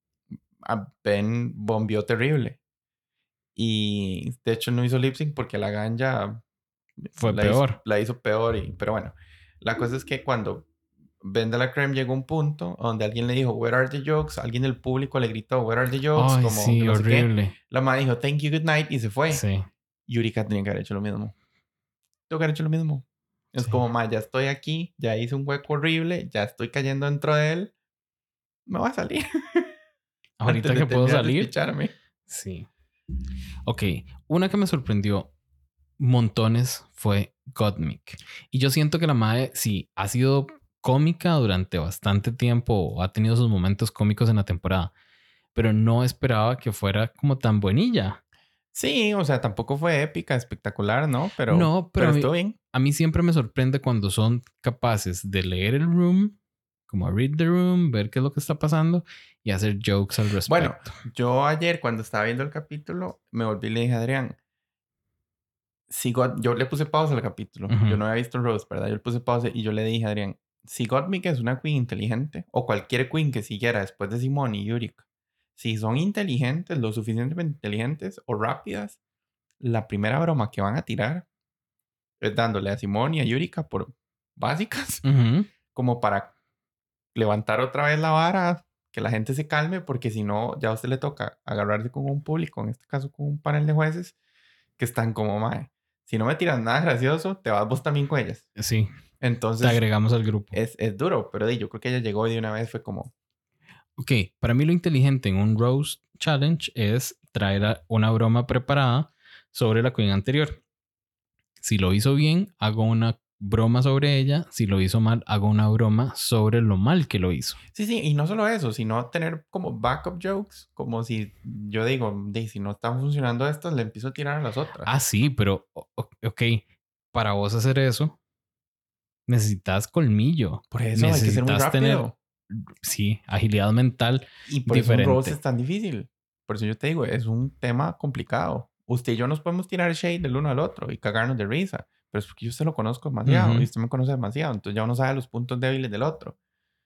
a Ben bombió terrible. Y de hecho no hizo lip sync porque la ganja Fue la peor. Hizo, la hizo peor. Y, pero bueno, la cosa es que cuando Ben de la Creme llegó a un punto donde alguien le dijo, "Where are the jokes?", alguien del público le gritó, "Where are the jokes?", Ay, como sí, que no sé qué. horrible. La madre dijo, "Thank you, good night", y se fue. Sí, Yurika tenía que haber hecho lo mismo. Tengo que haber hecho lo mismo. Es Sí. como, ma, ya estoy aquí, ya hice un hueco horrible, ya estoy cayendo dentro de él. Me voy a salir. ahorita Antes de que puedo terminar de salir. despicharme. Sí. Ok, una que me sorprendió montones fue Gottmik. Y yo siento que la madre sí ha sido cómica durante bastante tiempo, o ha tenido sus momentos cómicos en la temporada, pero no esperaba que fuera como tan buenilla. Sí, o sea, tampoco fue épica, espectacular, ¿no? Pero, No, pero pero a mí- estuvo bien. A mí siempre me sorprende cuando son capaces de leer el room, como read the room, ver qué es lo que está pasando y hacer jokes al respecto. Bueno, yo ayer cuando estaba viendo el capítulo, me volví y le dije a Adrián, si God, yo le puse pausa al capítulo. Ujú. Yo no había visto Rose, ¿verdad? Yo le puse pausa y yo le dije a Adrián, si Gottmik es una queen inteligente, o cualquier queen que siguiera después de Simone y Yurika, si son inteligentes, lo suficientemente inteligentes o rápidas, la primera broma que van a tirar es dándole a Simone y a Yurika por básicas, Ujú. como para levantar otra vez la vara, que la gente se calme, porque si no, ya a usted le toca agarrarse con un público, en este caso con un panel de jueces, que están como, mae, si no me tiras nada gracioso, te vas vos también con ellas. Sí, te Entonces, agregamos al grupo. es, es duro, pero di, yo creo que ella llegó y de una vez fue como, Ok, para mí lo inteligente en un roast challenge es traer a- una broma preparada sobre la queen anterior. Si lo hizo bien, hago una broma sobre ella. Si lo hizo mal, hago una broma sobre lo mal que lo hizo. sí, sí, y no solo eso, sino tener como backup jokes, como si yo digo, di, si no están funcionando estas, le empiezo a tirar a las otras. Ah, sí, pero o- o- ok, para vos hacer eso, necesitas colmillo. Por eso hay que ser muy Necesitas tener, rápido. sí, agilidad mental. Y por eso un diferente. roast es tan difícil. Por eso yo te digo, es un tema complicado. Usted y yo nos podemos tirar shade del uno al otro y cagarnos de risa. Pero es porque yo usted lo conozco demasiado Ujú. y usted me conoce demasiado. Entonces ya uno sabe los puntos débiles del otro.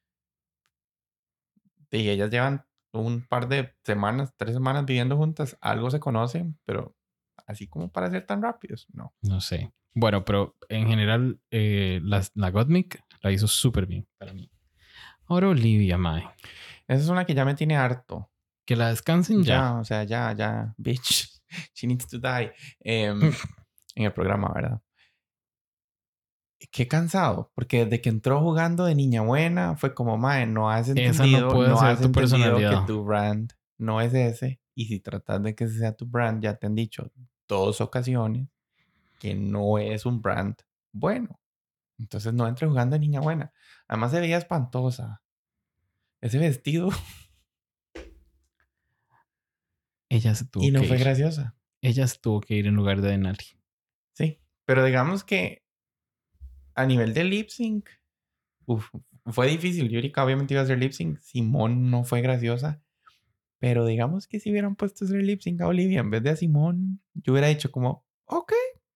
Y ellas llevan un par de semanas, tres semanas viviendo juntas. Algo se conocen, pero así como para ser tan rápidos, no. No sé. Bueno, pero en general, eh, la, la Gottmik la hizo súper bien para mí. Ahora Olivia, mae. Esa es una que ya me tiene harto. Que la descansen ya. Ya, o sea, ya, ya, bitch. She needs to die. Em, en el programa, ¿verdad? Qué cansado, porque desde que entró jugando de niña buena fue como, mae, no has Esa no entendido, puede no, ser has tu entendido personalidad. que tu brand no es ese. Y si tratas de que ese sea tu brand, ya te han dicho dos ocasiones que no es un brand bueno. Entonces no entres jugando de niña buena. Además se veía espantosa. Ese vestido. Ella se tuvo Y no que fue ir. graciosa. Ella se tuvo que ir en lugar de Denali. Sí. Pero digamos que a nivel de lip sync, uf, fue difícil. Yurika obviamente iba a hacer lip sync. Simón no fue graciosa. Pero digamos que si hubieran puesto a hacer lip sync a Olivia en vez de a Simón, yo hubiera dicho como, ok,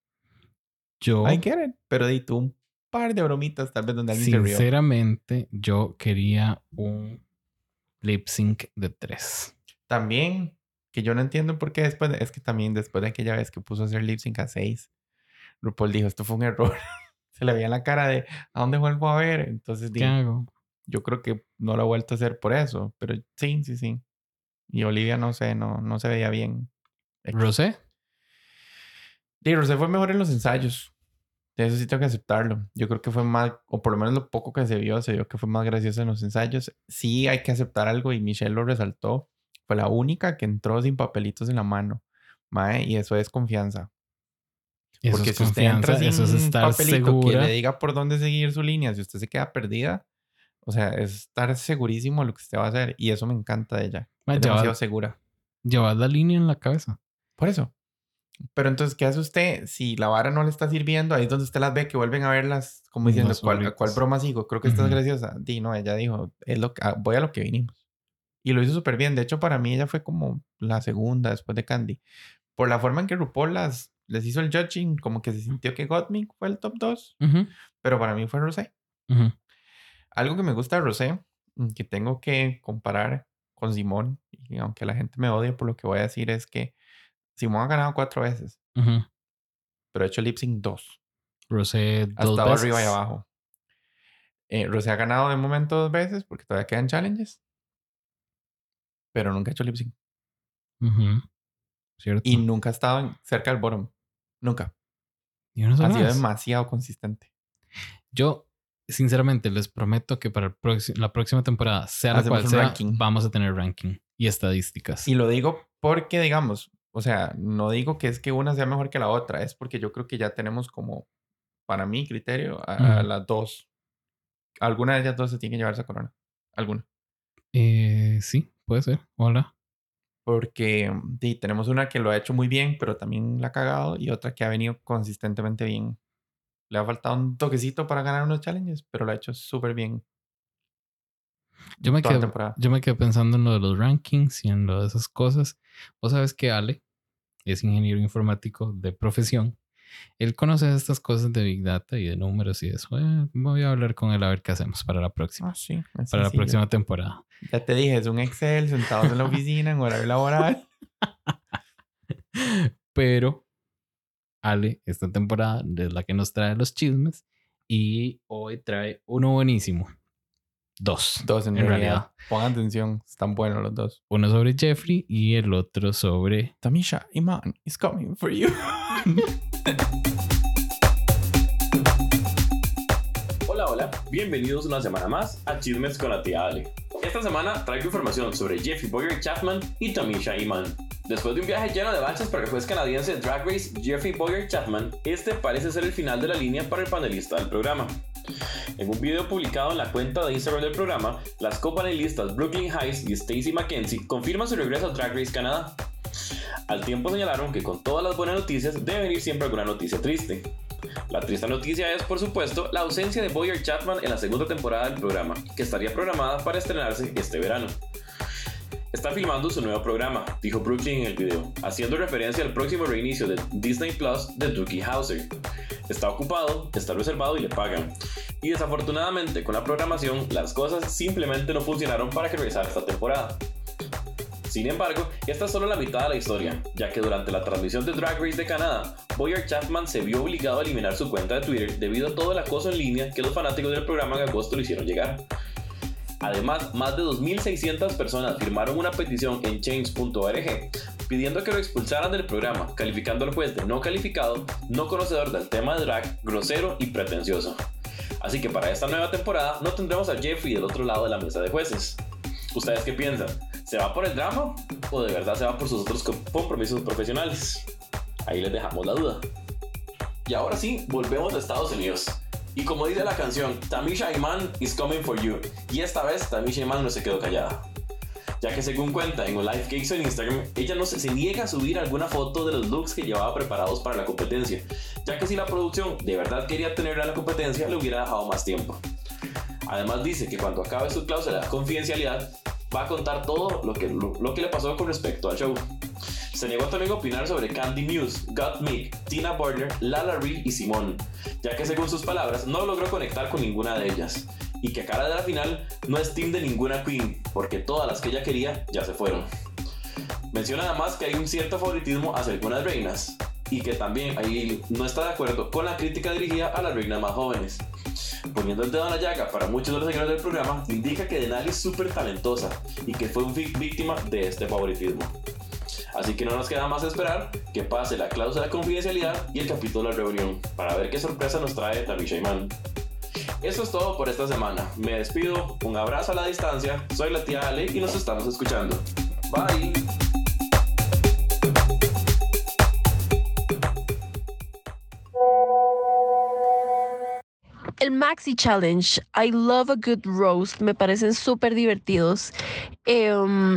Yo, I get it. Pero di tú un par de bromitas tal vez donde alguien se rió. sinceramente, yo quería un lip sync de tres. También, que yo no entiendo por qué después, de- es que también después de aquella vez que puso a hacer lip sync a seis, RuPaul dijo, esto fue un error. Se le veía la cara de, ¿a dónde vuelvo a ver? Entonces, di, ¿Qué hago? yo creo que no lo ha vuelto a hacer por eso. Pero sí, sí, sí. Y Olivia, no sé, no, no se veía bien. X. ¿Rosé? Sí, Rosé fue mejor en los ensayos. De eso sí tengo que aceptarlo. Yo creo que fue más, o por lo menos lo poco que se vio, se vio que fue más gracioso en los ensayos. Sí hay que aceptar algo y Michelle lo resaltó. Fue la única que entró sin papelitos en la mano. Mae, y eso es confianza. Eso Porque es si usted entra confianza, sin eso es estar papelito segura. que le diga por dónde seguir su línea, si usted se queda perdida, o sea, es estar segurísimo de lo que usted va a hacer. Y eso me encanta de ella. Mae, Es lleva- demasiado segura. Llevar la línea en la cabeza. Por eso. Pero entonces, ¿qué hace usted? Si la vara no le está sirviendo, ahí es donde usted las ve que vuelven a verlas, como diciendo, Las ¿cuál, ¿a cuál bolitas. broma sigo? Creo que esta es Ujú. graciosa. Di, no, ella dijo, es lo que, ah, voy a lo que vinimos. Y lo hizo súper bien. De hecho, para mí ella fue como la segunda después de Candy. Por la forma en que RuPaul las, les hizo el judging, como que se sintió que Gottmik fue el top dos. Ujú, Pero para mí fue Rosé. ujú. Algo que me gusta de Rosé, mm, que tengo que comparar con Simón, y aunque la gente me odie por lo que voy a decir, es que Simón ha ganado cuatro veces, Ujú. pero ha hecho lip sync dos. Rosé Ha dos estado veces. arriba y abajo. Eh, Rosé ha ganado de momento dos veces porque todavía quedan challenges, pero nunca ha hecho lip sync. Ujú. Cierto. Y nunca ha estado en- cerca del bottom. Nunca. Y una Ha sola sido vez. demasiado consistente. Yo, sinceramente, les prometo que para el próximo- la próxima temporada, sea la Hacemos cual un sea, ranking. vamos a tener ranking y estadísticas. Y lo digo porque, digamos, o sea, no digo que es que una sea mejor que la otra, es porque yo creo que ya tenemos como, para mi criterio, a, a Ujú. las dos. Alguna de ellas dos se tiene que llevar esa corona. Alguna. Eh, sí, puede ser. Hola. Porque sí, tenemos una que lo ha hecho muy bien, pero también la ha cagado, y otra que ha venido consistentemente bien. Le ha faltado un toquecito para ganar unos challenges, pero lo ha hecho súper bien. Yo me, toda la quedé, temporada. yo me quedé pensando en lo de los rankings y en lo de esas cosas. Vos sabes que Ale es ingeniero informático de profesión. Él conoce estas cosas de Big Data y de números y eso. Eh, voy a hablar con él a ver qué hacemos para la próxima. Ah, sí. es para la sencillo. próxima temporada. Ya te dije, es un Excel, sentados en la oficina, en horario laboral. Pero Ale, esta temporada es la que nos trae los chismes y hoy trae uno buenísimo. Dos. Dos en, En realidad. realidad. Pongan atención, están buenos los dos. Uno sobre Jeffrey y el otro sobre... Tamisha Iman is coming for you. Hola, hola, bienvenidos una semana más a Chismes con la tía Ale. Esta semana traigo información sobre Jeffrey Bowyer-Chapman y Tamisha Iman. Después de un viaje lleno de baches para el juez canadiense de Drag Race Jeffrey Bowyer-Chapman, este parece ser el final de la línea para el panelista del programa. En un video publicado en la cuenta de Instagram del programa, las copanelistas Brooklyn Heights y Stacey McKenzie confirman su regreso a Drag Race Canadá. Al tiempo señalaron que con todas las buenas noticias debe venir siempre alguna noticia triste. La triste noticia es, por supuesto, la ausencia de Bowyer-Chapman en la segunda temporada del programa, que estaría programada para estrenarse este verano. Está filmando su nuevo programa, dijo Brooklyn en el video, haciendo referencia al próximo reinicio de Disney Plus de Doogie Howser. Está ocupado, está reservado y le pagan. Y desafortunadamente con la programación, las cosas simplemente no funcionaron para que regresara esta temporada. Sin embargo, esta es solo la mitad de la historia, ya que durante la transmisión de Drag Race de Canadá, Bowyer-Chapman se vio obligado a eliminar su cuenta de Twitter debido a todo el acoso en línea que los fanáticos del programa en agosto le hicieron llegar. Además, más de dos mil seiscientas personas firmaron una petición en change punto org pidiendo que lo expulsaran del programa, calificando al juez de no calificado, no conocedor del tema de drag, grosero y pretencioso. Así que para esta nueva temporada no tendremos a Jeffrey del otro lado de la mesa de jueces. ¿Ustedes qué piensan? ¿Se va por el drama o de verdad se va por sus otros compromisos profesionales? Ahí les dejamos la duda. Y ahora sí, volvemos a Estados Unidos. Y como dice la canción, Tamisha Iman is coming for you. Y esta vez Tamisha Iman no se quedó callada. ya que según cuenta en un live que hizo en Instagram, ella no se, se niega a subir alguna foto de los looks que llevaba preparados para la competencia, ya que si la producción de verdad quería tenerla en la competencia, le hubiera dejado más tiempo. Además dice que cuando acabe su cláusula de confidencialidad, va a contar todo lo que, lo, lo que le pasó con respecto al show. Se negó también a opinar sobre Candy Muse, Gottmik, Tina Burner, Lala Ri y Simone, ya que según sus palabras no logró conectar con ninguna de ellas, y que a cara de la final no es team de ninguna queen, porque todas las que ella quería ya se fueron. Menciona además que hay un cierto favoritismo hacia algunas reinas, y que también ahí no está de acuerdo con la crítica dirigida a las reinas más jóvenes. Poniendo el dedo en la llaga para muchos de los seguidores del programa, indica que Denali es súper talentosa y que fue un víctima de este favoritismo. Así que no nos queda más esperar que pase la cláusula de confidencialidad y el capítulo de la reunión para ver qué sorpresa nos trae Tamisha Iman. Eso es todo por esta semana. Me despido, un abrazo a la distancia, soy la tía Ale y nos estamos escuchando. Bye. El Maxi Challenge, I love a good roast, me parecen súper divertidos. Eh,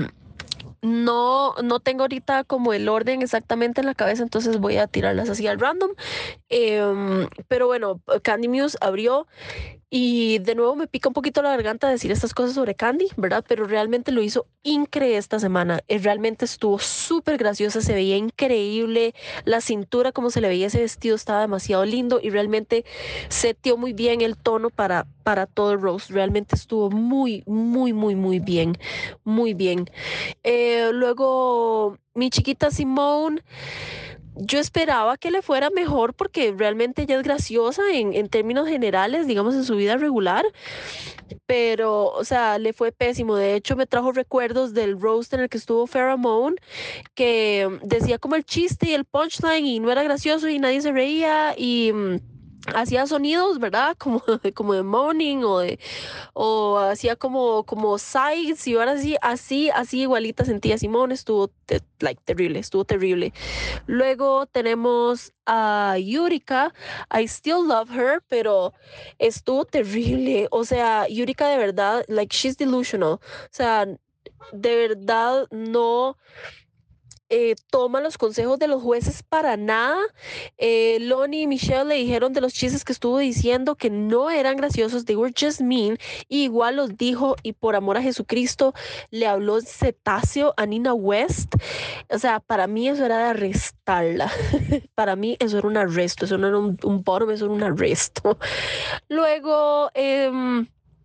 no, no tengo ahorita como el orden exactamente en la cabeza, entonces voy a tirarlas así al random. Eh, pero bueno, Candy Muse abrió y de nuevo me pica un poquito la garganta decir estas cosas sobre Candy, ¿verdad? Pero realmente lo hizo increíble esta semana. Eh, realmente estuvo súper graciosa, se veía increíble. La cintura, como se le veía ese vestido, estaba demasiado lindo y realmente setió muy bien el tono para, para todo el roast. Realmente estuvo muy, muy, muy, muy bien. Muy bien. Eh, luego, mi chiquita Simone. Yo esperaba que le fuera mejor porque realmente ella es graciosa en, en términos generales, digamos en su vida regular, pero, o sea, le fue pésimo. De hecho, me trajo recuerdos del roast en el que estuvo Farrah Moan, que decía como el chiste y el punchline y no era gracioso y nadie se reía y mm, hacía sonidos, ¿verdad? Como, como de moaning o de o hacía como, como sides y ahora sí, así, así igualita sentía Simone, estuvo te, like, terrible, estuvo terrible. Luego tenemos a Yurika, I still love her, pero estuvo terrible, o sea, Yurika de verdad, like, she's delusional, o sea, de verdad no... Eh, toma los consejos de los jueces para nada. Eh, Lonnie y Michelle le dijeron de los chistes que estuvo diciendo que no eran graciosos, they were just mean, y igual los dijo y por amor a Jesucristo le habló cetáceo a Nina West. O sea, para mí eso era de arrestarla. Para mí eso era un arresto, eso no era un, un bottom, eso era un arresto. Luego, eh,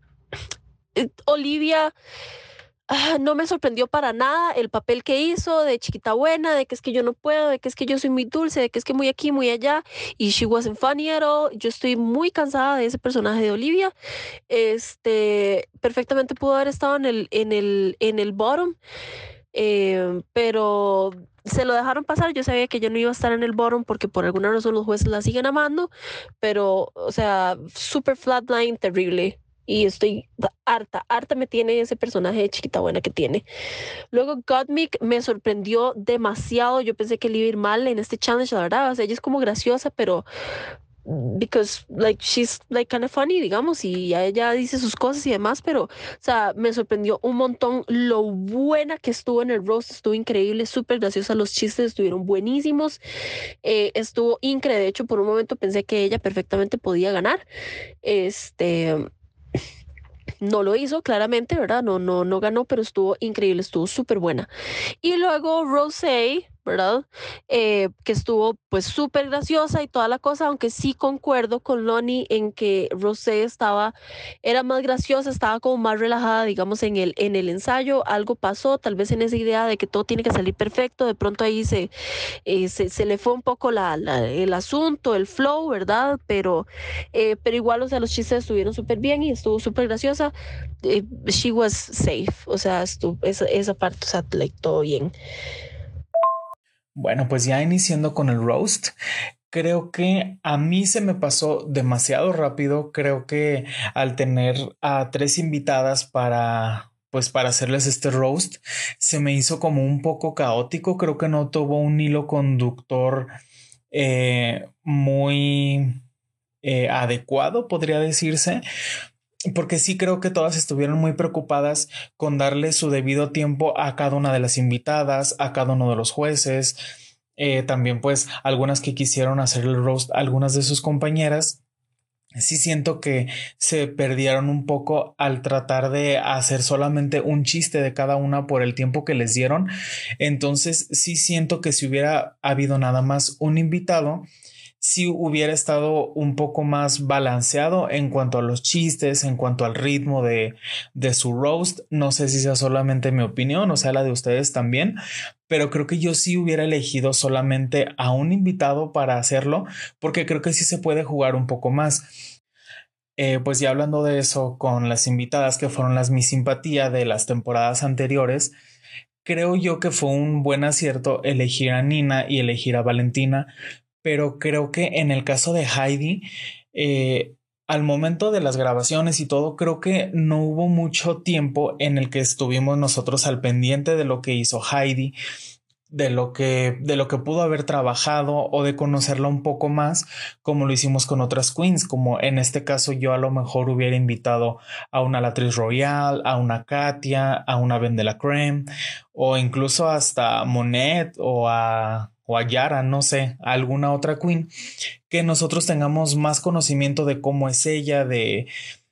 Olivia... Ah, no me sorprendió para nada el papel que hizo de chiquita buena, de que es que yo no puedo, de que es que yo soy muy dulce, de que es que muy aquí, muy allá, y she wasn't funny at all. Yo estoy muy cansada de ese personaje de Olivia. Este, perfectamente pudo haber estado en el, en el, en el bottom, eh, pero se lo dejaron pasar. Yo sabía que yo no iba a estar en el bottom porque por alguna razón los jueces la siguen amando, pero, o sea, super flatline, terrible. Y estoy harta, harta me tiene ese personaje de chiquita buena que tiene. Luego Gottmik me sorprendió demasiado. Yo pensé que le iba a ir mal en este challenge, la verdad. O sea, ella es como graciosa, pero because like she's like kind of funny, digamos, y ella dice sus cosas y demás, pero, o sea, me sorprendió un montón lo buena que estuvo en el roast. Estuvo increíble, súper graciosa, los chistes estuvieron buenísimos, eh, estuvo increíble. De hecho, por un momento pensé que ella perfectamente podía ganar. Este... No lo hizo, claramente, ¿verdad? No, no, no ganó, pero estuvo increíble, estuvo súper buena. Y luego Rosé, ¿verdad? Eh, que estuvo pues súper graciosa y toda la cosa, aunque sí concuerdo con Lonnie en que Rosé estaba, era más graciosa, estaba como más relajada, digamos, en el, en el ensayo. Algo pasó, tal vez en esa idea de que todo tiene que salir perfecto, de pronto ahí se, eh, se, se le fue un poco la, la, el asunto, el flow, ¿verdad? Pero, eh, pero igual, o sea, los chistes estuvieron súper bien y estuvo súper graciosa. Eh, she was safe, o sea, estuvo, esa, esa parte, o sea, like, todo bien. Bueno, pues ya iniciando con el roast, creo que a mí se me pasó demasiado rápido. Creo que al tener a tres invitadas para, pues para hacerles este roast, se me hizo como un poco caótico. Creo que no tuvo un hilo conductor eh, muy eh, adecuado, podría decirse. porque sí creo que todas estuvieron muy preocupadas con darle su debido tiempo a cada una de las invitadas, a cada uno de los jueces, eh, también pues algunas que quisieron hacer el roast a algunas de sus compañeras. Sí siento que se perdieron un poco al tratar de hacer solamente un chiste de cada una por el tiempo que les dieron. Entonces sí siento que si hubiera habido nada más un invitado, sí hubiera estado un poco más balanceado en cuanto a los chistes, en cuanto al ritmo de, de su roast. No sé si sea solamente mi opinión o sea la de ustedes también, pero creo que yo sí hubiera elegido solamente a un invitado para hacerlo, porque creo que sí se puede jugar un poco más. Eh, pues ya hablando de eso, con las invitadas que fueron las mi simpatía de las temporadas anteriores, creo yo que fue un buen acierto elegir a Nina y elegir a Valentina, pero creo que en el caso de Heidi, eh, al momento de las grabaciones y todo, creo que no hubo mucho tiempo en el que estuvimos nosotros al pendiente de lo que hizo Heidi, de lo que de lo que pudo haber trabajado o de conocerla un poco más, como lo hicimos con otras queens, como en este caso yo a lo mejor hubiera invitado a una Latrice Royale, a una Katia, a una Ben de la Creme o incluso hasta Monet o a o a Yara, no sé, a alguna otra queen que nosotros tengamos más conocimiento de cómo es ella, de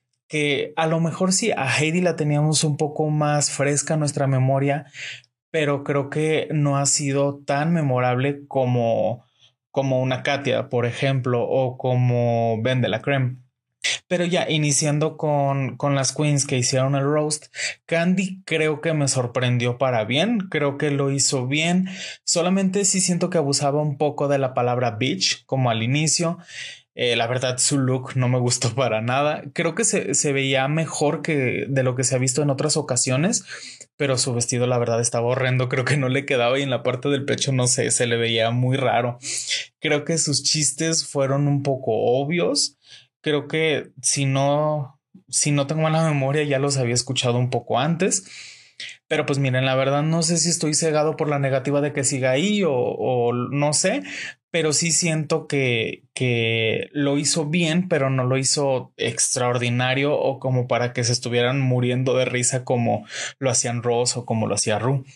que a lo mejor sí a Heidi la teníamos un poco más fresca en nuestra memoria, pero creo que no ha sido tan memorable como, como una Katia, por ejemplo, o como Ben de la Creme. Pero ya iniciando con, con las queens que hicieron el roast, Candy creo que me sorprendió para bien, creo que lo hizo bien, solamente sí siento que abusaba un poco de la palabra bitch como al inicio. Eh, la verdad su look no me gustó para nada, creo que se, se veía mejor que de lo que se ha visto en otras ocasiones, pero su vestido la verdad estaba horrendo, creo que no le quedaba y en la parte del pecho no sé, se le veía muy raro. Creo que sus chistes fueron un poco obvios. Creo que si no, si no tengo mala memoria, ya los había escuchado un poco antes. Pero pues miren, la verdad no sé si estoy cegado por la negativa de que siga ahí o, o no sé, pero sí siento que, que lo hizo bien, pero no lo hizo extraordinario o como para que se estuvieran muriendo de risa como lo hacían Ross o como lo hacía Ru.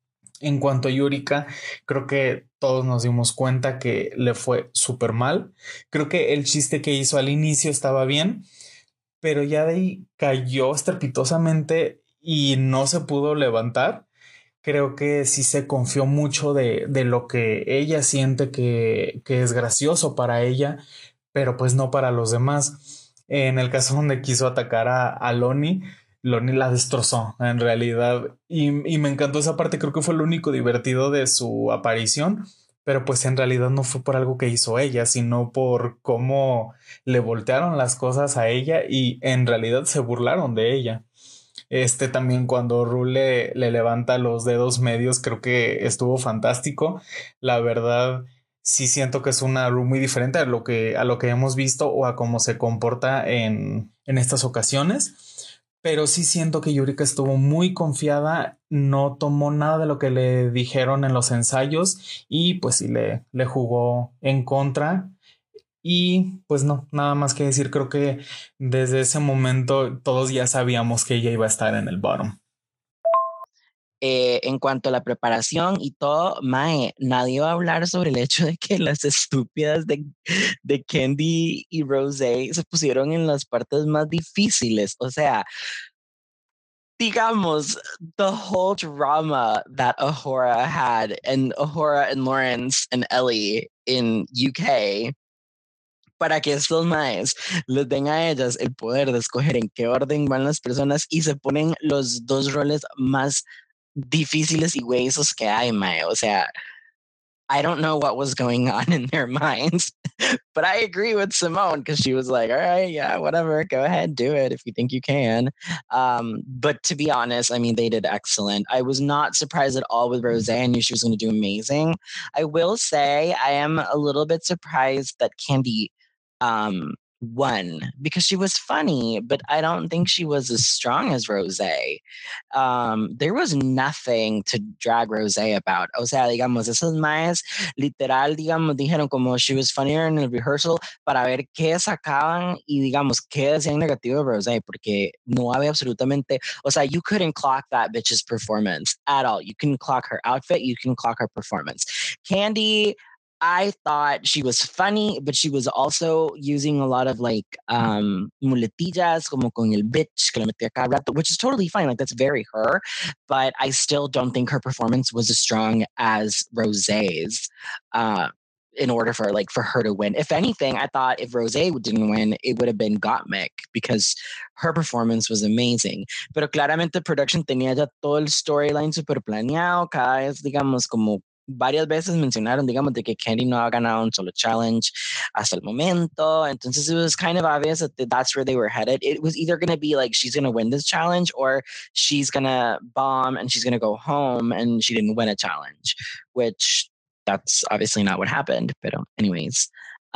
En cuanto a Yurika, creo que todos nos dimos cuenta que le fue súper mal. Creo que el chiste que hizo al inicio estaba bien, pero ya de ahí cayó estrepitosamente y no se pudo levantar. Creo que sí se confió mucho de, de lo que ella siente que, que es gracioso para ella, pero pues no para los demás. En el caso donde quiso atacar a, a Loni, Loni la destrozó en realidad y, y me encantó esa parte, creo que fue lo único divertido de su aparición, pero pues en realidad no fue por algo que hizo ella, sino por cómo le voltearon las cosas a ella y en realidad se burlaron de ella. Este también cuando Ru le, le levanta los dedos medios, creo que estuvo fantástico. La verdad, sí siento que es una Ru muy diferente a lo que, a lo que hemos visto o a cómo se comporta en, en estas ocasiones. Pero sí siento que Yurika estuvo muy confiada, no tomó nada de lo que le dijeron en los ensayos y pues sí le, le jugó en contra. Y pues no, nada más que decir, creo que desde ese momento todos ya sabíamos que ella iba a estar en el bottom. Eh, en cuanto a la preparación y todo, mae, nadie va a hablar sobre el hecho de que las estúpidas de, de Candy y Rosé se pusieron en las partes más difíciles. O sea, digamos, the whole drama that Ahura had, and Ahura and Lawrence and Ellie in U K, para que estos maes les den a ellas el poder de escoger en qué orden van las personas y se ponen los dos roles más difíciles y huesos que hay, mae. O sea, I don't know what was going on in their minds, but I agree with Simone because she was like, all right, yeah, whatever, go ahead, do it if you think you can. Um, but to be honest, I mean, they did excellent. I was not surprised at all with Rosé. I knew she was going to do amazing. I will say I am a little bit surprised that Candy um, one because she was funny, but I don't think she was as strong as Rosé. Um, there was nothing to drag Rosé about. O sea, digamos, esas maes literal, digamos, dijeron como she was funnier in el rehearsal para ver qué sacaban y digamos qué decían negativo de Rosé, porque no había absolutamente, o sea, you couldn't clock that bitch's performance at all. You can clock her outfit, you can clock her performance. Candy, I thought she was funny, but she was also using a lot of like um, muletillas, como con el bitch, que le metía cada rato, which is totally fine. Like, that's very her. But I still don't think her performance was as strong as Rosé's uh, in order for like for her to win. If anything, I thought if Rosé didn't win, it would have been Gottmik because her performance was amazing. Pero claramente production tenía ya todo el storyline super planeado. Cada vez, digamos, como varias veces mencionaron, digamos, de que Candy no ha ganado un solo challenge hasta el momento. Entonces, it was kind of obvious that that's where they were headed. It was either going to be like, she's going to win this challenge or she's going to bomb and she's going to go home and she didn't win a challenge, which that's obviously not what happened. But anyways,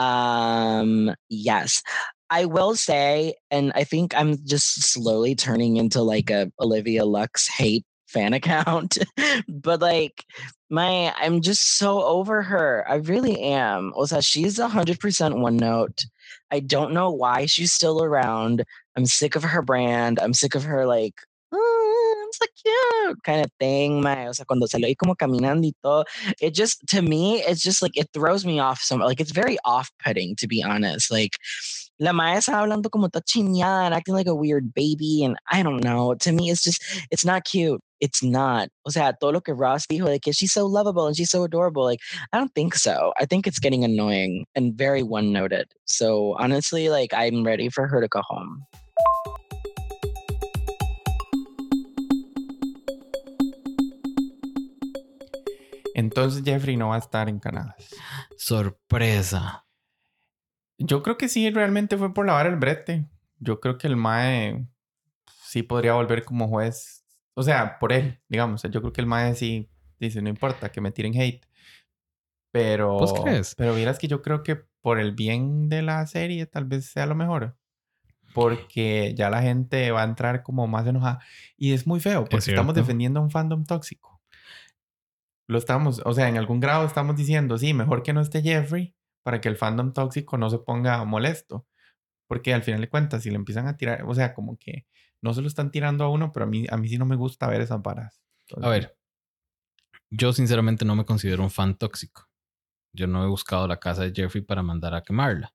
um, yes. I will say, and I think I'm just slowly turning into like a Olivia Lux hate fan account, but like my I'm just so over her. I really am. O sea, she's one hundred percent one note. I don't know why she's still around. I'm sick of her brand. I'm sick of her like, oh, I'm so cute kind of thing. My, o sea, cuando se lo oí como caminando y todo, it just, to me, it's just like, it throws me off some, like, it's very off-putting, to be honest. Like, la maestra hablando como tachiñada and acting like a weird baby. And I don't know. To me, it's just, it's not cute. It's not. O sea, todo lo que Ross dijo, like, she's so lovable and she's so adorable. Like, I don't think so. I think it's getting annoying and very one-noted. So honestly, like, I'm ready for her to go home. Entonces Jeffrey no va a estar en Canadá. Sorpresa. Yo creo que sí, realmente fue por lavar el brete. Yo creo que el mae sí podría volver como juez. O sea, por él, digamos. Yo creo que el mae sí dice, no importa que me tiren hate. Pero... ¿Vos crees? Pero vieras que yo creo que por el bien de la serie tal vez sea lo mejor. Porque ya la gente va a entrar como más enojada. Y es muy feo porque estamos defendiendo a un fandom tóxico. Lo estamos, o sea, en algún grado estamos diciendo, sí, mejor que no esté Jeffrey para que el fandom tóxico no se ponga molesto. Porque al final de cuentas, si le empiezan a tirar, o sea, como que no se lo están tirando a uno, pero a mí, a mí sí no me gusta ver esas varas. Entonces, a ver, yo sinceramente no me considero un fan tóxico. Yo no he buscado la casa de Jeffrey para mandar a quemarla.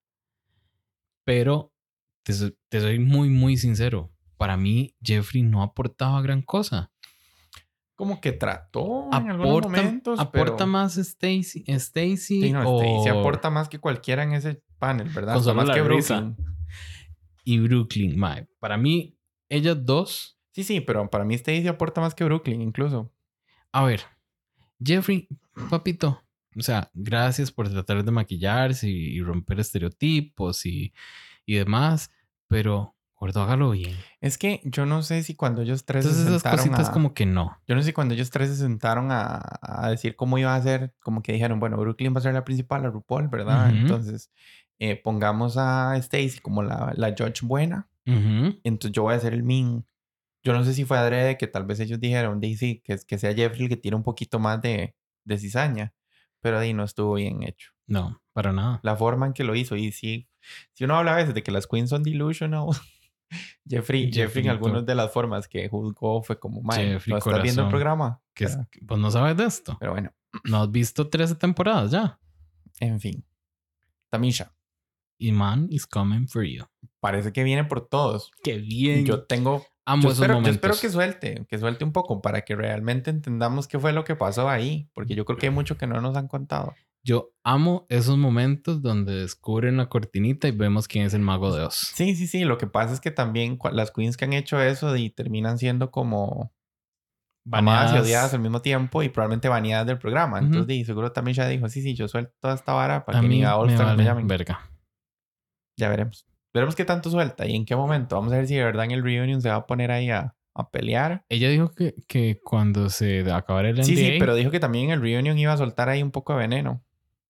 Pero te, te soy muy, muy sincero. Para mí, Jeffrey no aportaba gran cosa. Como que trató en aporta, algunos momentos, aporta pero... más Stacy, Stacy sí, no, o... Stacy aporta más que cualquiera en ese panel, ¿verdad? Con solo más la que risa. Brooklyn. Y Brooklyn, mae. Para mí, ellas dos... Sí, sí, pero para mí Stacy aporta más que Brooklyn, incluso. A ver, Jeffrey, papito, o sea, gracias por tratar de maquillarse y, y romper estereotipos y, y demás, pero... Gordo, hágalo bien. Es que yo no sé si cuando ellos tres Entonces, se sentaron esas cositas a... como que no. Yo no sé si cuando ellos tres se sentaron a, a decir cómo iba a ser, como que dijeron, bueno, Brooklyn va a ser la principal, la RuPaul, ¿verdad? Uh-huh. Entonces, eh, pongamos a Stacy como la, la judge buena. Uh-huh. Entonces, yo voy a ser el mean. Yo no sé si fue adrede que tal vez ellos dijeron, de sí, que, que sea Jeffrey el que tire un poquito más de, de cizaña. Pero ahí no estuvo bien hecho. No, para nada. La forma en que lo hizo. Y sí, si uno habla a veces de que las queens son delusional... Jeffrey, Jeffrey, Jeffrey en algunas de las formas que juzgó fue como, man, ¿no estás viendo el programa? Que es, pues no sabes de esto. Pero bueno. No has visto trece temporadas ya. En fin. Tamisha. Iman is coming for you. Parece que viene por todos. Qué bien. Yo tengo... Amo yo esos espero, momentos. Yo espero que suelte, que suelte un poco para que realmente entendamos qué fue lo que pasó ahí. Porque yo creo que hay mucho que no nos han contado. Yo amo esos momentos donde descubren la cortinita y vemos quién es el mago de Oz. Sí, sí, sí. Lo que pasa es que también las queens que han hecho eso y terminan siendo como baneadas y odiadas al mismo tiempo y probablemente baneadas del programa. Uh-huh. Entonces, di, seguro también ya dijo, sí, sí, yo suelto toda esta vara para a que mí ni a All Stars me, vale me llamen. Verga. Ya veremos. Veremos qué tanto suelta y en qué momento. Vamos a ver si de verdad en el reunion se va a poner ahí a, a pelear. Ella dijo que, que cuando se acabara el N D A... Sí, sí, pero dijo que también en el reunion iba a soltar ahí un poco de veneno.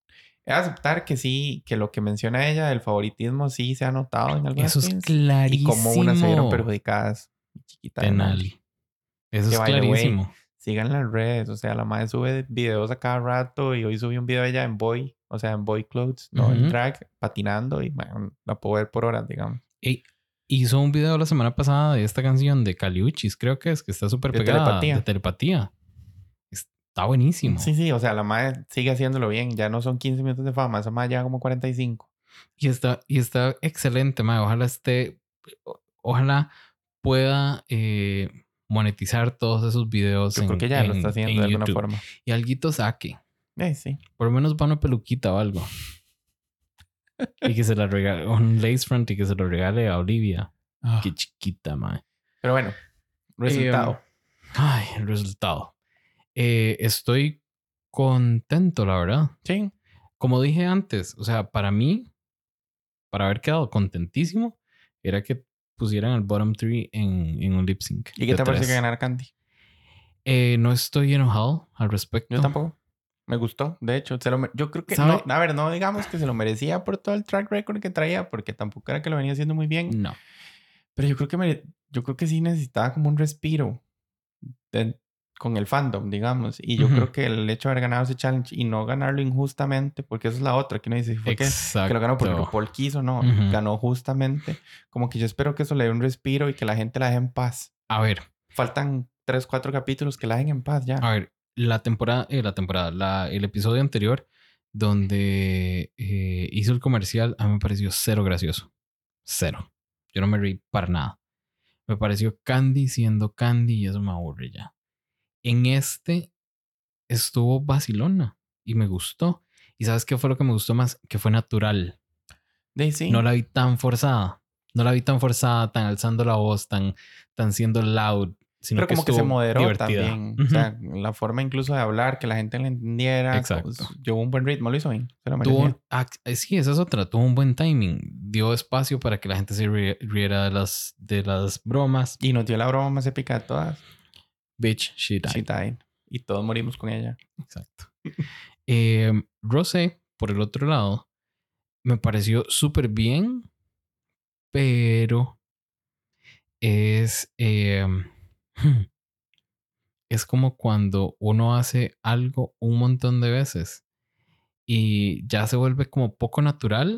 Es aceptar que sí, que lo que menciona ella, el favoritismo, sí se ha notado en algunas Eso es queens. clarísimo. Y cómo unas se vieron perjudicadas. Chiquita de Penal. Nali. Eso Que, es by the way, clarísimo. sigan las redes. O sea, la madre sube videos a cada rato. Y hoy subí un video de ella en boy. O sea, en boy clothes, no en Ujú. drag, patinando. Y man, la puedo ver por horas, digamos. Ey, hizo un video la semana pasada de esta canción de Caliuchis, creo que es, que está súper De pegada. telepatía. De telepatía. Está buenísimo. Sí, sí. O sea, la madre sigue haciéndolo bien. Ya no son quince minutos de fama. Esa madre ya como cuarenta y cinco. Y está, y está excelente, mae. Ojalá esté... o- Ojalá pueda eh, monetizar todos esos videos Yo en, creo que ya en, lo está haciendo en de alguna YouTube. forma. Y alguito saque. Eh, sí. Por lo menos va una peluquita o algo. Y que se la regale... Un lace front y que se lo regale a Olivia. Ah. Qué chiquita, mae. Pero bueno, resultado. Eh, ay, el resultado. Eh, estoy contento, la verdad. Sí. Como dije antes, o sea, para mí, para haber quedado contentísimo, era que pusieran el bottom three en, en un lip sync. ¿Y qué te parece que ganar Candy? Eh, no estoy enojado al respecto. Yo tampoco. Me gustó, de hecho. Se lo me- Yo creo que... ¿Sabe? No, a ver, no digamos que se lo merecía por todo el track record que traía, porque tampoco era que lo venía haciendo muy bien. No. Pero yo creo que, mere- yo creo que sí necesitaba como un respiro de- con el fandom, digamos. Y yo Ujú. creo que el hecho de haber ganado ese challenge y no ganarlo injustamente, porque eso es la otra que uno dice, fue que, Exacto. que lo ganó porque RuPaul quiso, no, Ujú. ganó justamente. Como que yo espero que eso le dé un respiro y que la gente la deje en paz. A ver, Faltan tres, cuatro capítulos que la dejen en paz ya. a ver. La temporada, eh, la temporada, la, el episodio anterior donde eh, hizo el comercial, a mí me pareció cero gracioso. Cero. Yo no me reí para nada. Me pareció Candy siendo Candy y eso me aburre ya. En este estuvo vacilona y me gustó. ¿Y sabes qué fue lo que me gustó más? Que fue natural. De sí. No la vi tan forzada. No la vi tan forzada, tan alzando la voz, tan, tan siendo loud. Sino Pero como que, se estuvo moderó divertida. también. Ujú. O sea, la forma incluso de hablar, que la gente le entendiera. Exacto. Pues, llevó un buen ritmo, lo hizo bien. Se lo merecía. Tuvo, ah, sí, esa es otra. Tuvo un buen timing. Dio espacio para que la gente se rie- riera de las, de las bromas. Y nos dio la broma más épica de todas. Bitch, she died. She died. Y todos morimos con ella. Exacto. eh, Rosé, por el otro lado, me pareció súper bien, pero es, eh, es como cuando uno hace algo un montón de veces y ya se vuelve como poco natural.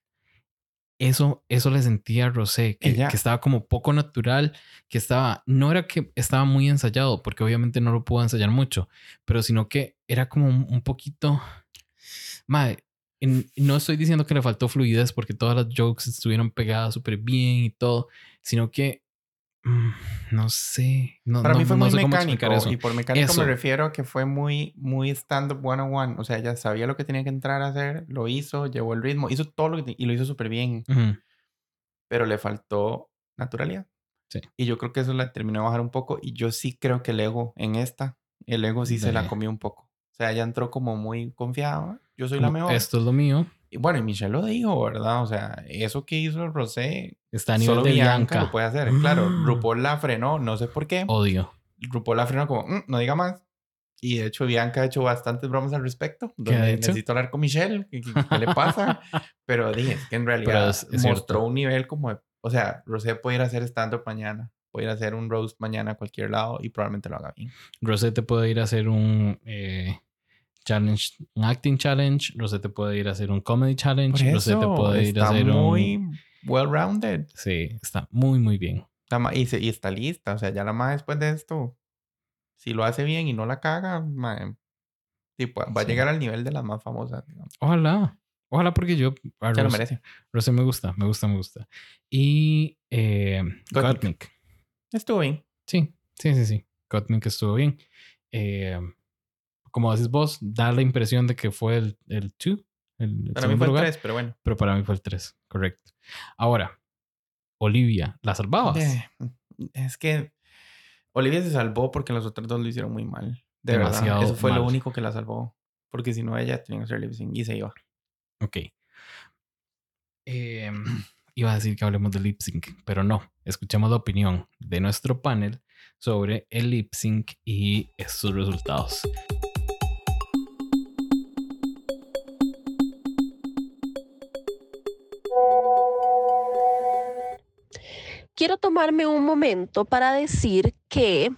Eso, eso le sentía a Rosé, que, Ella- que estaba como poco natural, que estaba, no era que estaba muy ensayado, porque obviamente no lo pudo ensayar mucho, pero sino que era como un, un poquito, madre, en- no estoy diciendo que le faltó fluidez porque todas las jokes estuvieron pegadas súper bien y todo, sino que, mm, no sé, no, Para no- mí fue no muy sé cómo mecánico. explicar eso. Y por mecánico Eso. me refiero a que fue muy, muy stand-up one-on-one. O sea, ella sabía lo que tenía que entrar a hacer, lo hizo, llevó el ritmo, hizo todo lo que te- y lo hizo súper bien. Ujú, Pero le faltó naturalidad. Sí. Y yo creo que eso la terminó de bajar un poco. Y yo sí creo que el ego en esta, el ego sí se la De- comió un poco. O sea, ella entró como muy confiada. Yo soy la como, mejor. esto es lo mío, Y bueno, y Michelle lo dijo, ¿verdad? O sea, eso que hizo Rosé, está a nivel solo de Bianca, Bianca. lo puede hacer. Claro, Mm. RuPaul la frenó, no sé por qué. Odio. RuPaul la frenó como, "Mm, no diga más". Y de hecho, Bianca ha hecho bastantes bromas al respecto. ¿Qué ha Donde hecho? necesito hablar con Michelle. ¿Qué, qué- qué le pasa? Pero dije, es que en realidad Pero es- es mostró cierto. un nivel como de... O sea, Rosé puede ir a hacer stand-up mañana. Puede ir a hacer un roast mañana a cualquier lado y probablemente lo haga bien. Rosette puede ir a hacer un eh, challenge, un acting challenge. Rosette puede ir a hacer un comedy challenge. Por Rosette eso, puede ir a está hacer muy un... well-rounded. Sí, está muy, muy bien. La ma- Y, se- y está lista. O sea, ya la más después de esto, si lo hace bien y no la caga, ma, tipo, va a Sí. llegar al nivel de las más famosas, digamos. Ojalá. Ojalá porque yo... A Se lo Ros- merece. Rosette me gusta, me gusta, me gusta. Y eh, Gottmik. Gottmik. Estuvo bien. Sí, sí, sí, sí. Gottmik estuvo bien. Eh, como decís vos, da la impresión de que fue el el two. El, el Para mí segundo fue el lugar, tres, pero bueno. pero para mí fue el tres, correcto. Ahora, Olivia, ¿la salvabas? Eh, es que Olivia se salvó porque los otros dos lo hicieron muy mal. De Demasiado verdad. Eso fue lo mal. único que la salvó. Porque si no, ella tenía que hacer lip sync y se iba. Ok. Eh, iba a decir que hablemos de lip sync, pero no. Escuchemos la opinión de nuestro panel sobre el lip sync y sus resultados. quiero tomarme un momento para decir que,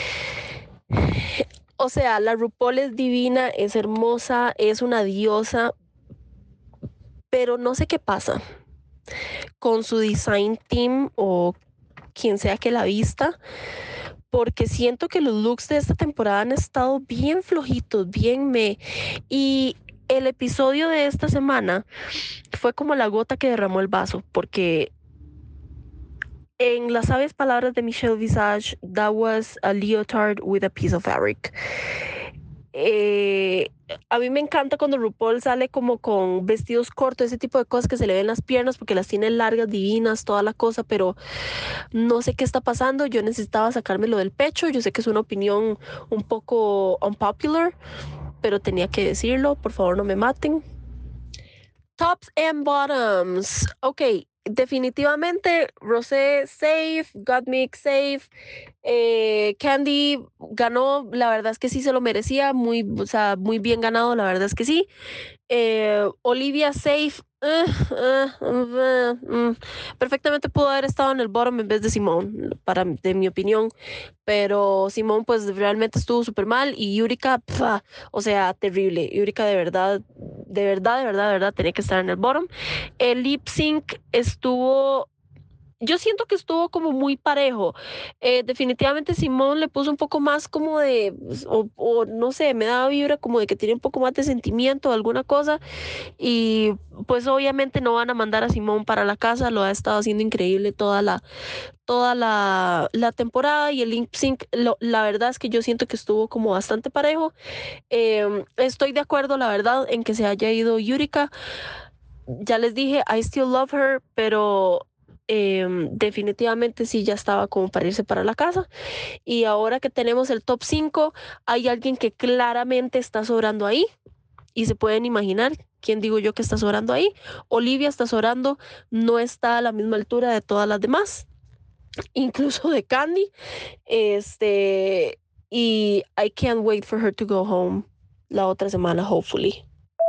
o sea, la RuPaul es divina, es hermosa, es una diosa, pero no sé qué pasa con su design team o quien sea que la vista, porque siento que los looks de esta temporada han estado bien flojitos, bien me... Y el episodio de esta semana fue como la gota que derramó el vaso, porque en las sabias palabras de Michelle Visage, that was a leotard with a piece of fabric. Eh, a mí me encanta cuando RuPaul sale como con vestidos cortos, ese tipo de cosas que se le ven las piernas porque las tiene largas, divinas, toda la cosa, pero no sé qué está pasando. Yo necesitaba sacármelo del pecho. Yo sé que es una opinión un poco unpopular, pero tenía que decirlo. Por favor, no me maten. Tops and bottoms. Ok, definitivamente Rosé safe, Gottmik safe, eh, Candy ganó, la verdad es que sí se lo merecía, muy, o sea, muy bien ganado, la verdad es que sí. Eh, Olivia safe, uh, uh, uh, uh, perfectamente pudo haber estado en el bottom en vez de Simone, para de mi opinión, pero Simone pues realmente estuvo súper mal y Eureka, pfa, o sea, terrible. Eureka de verdad, de verdad, de verdad, de verdad tenía que estar en el bottom. El lip sync estuvo... Yo siento que estuvo como muy parejo. Eh, definitivamente Simón le puso un poco más como de, o, o no sé, me daba vibra como de que tiene un poco más de sentimiento o alguna cosa. Y pues obviamente no van a mandar a Simón para la casa, lo ha estado haciendo increíble toda la, toda la, la temporada. Y el lip sync, lo, la verdad es que yo siento que estuvo como bastante parejo. Eh, estoy de acuerdo, la verdad, en que se haya ido Eureka. Ya les dije, I still love her, pero eh, definitivamente sí ya estaba como para irse para la casa. Y ahora que tenemos el top cinco, hay alguien que claramente está sobrando ahí. Y se pueden imaginar quién digo yo que está sobrando ahí. Olivia está sobrando, no está a la misma altura de todas las demás, incluso de Candy. Este, y I can't wait for her to go home la otra semana, hopefully.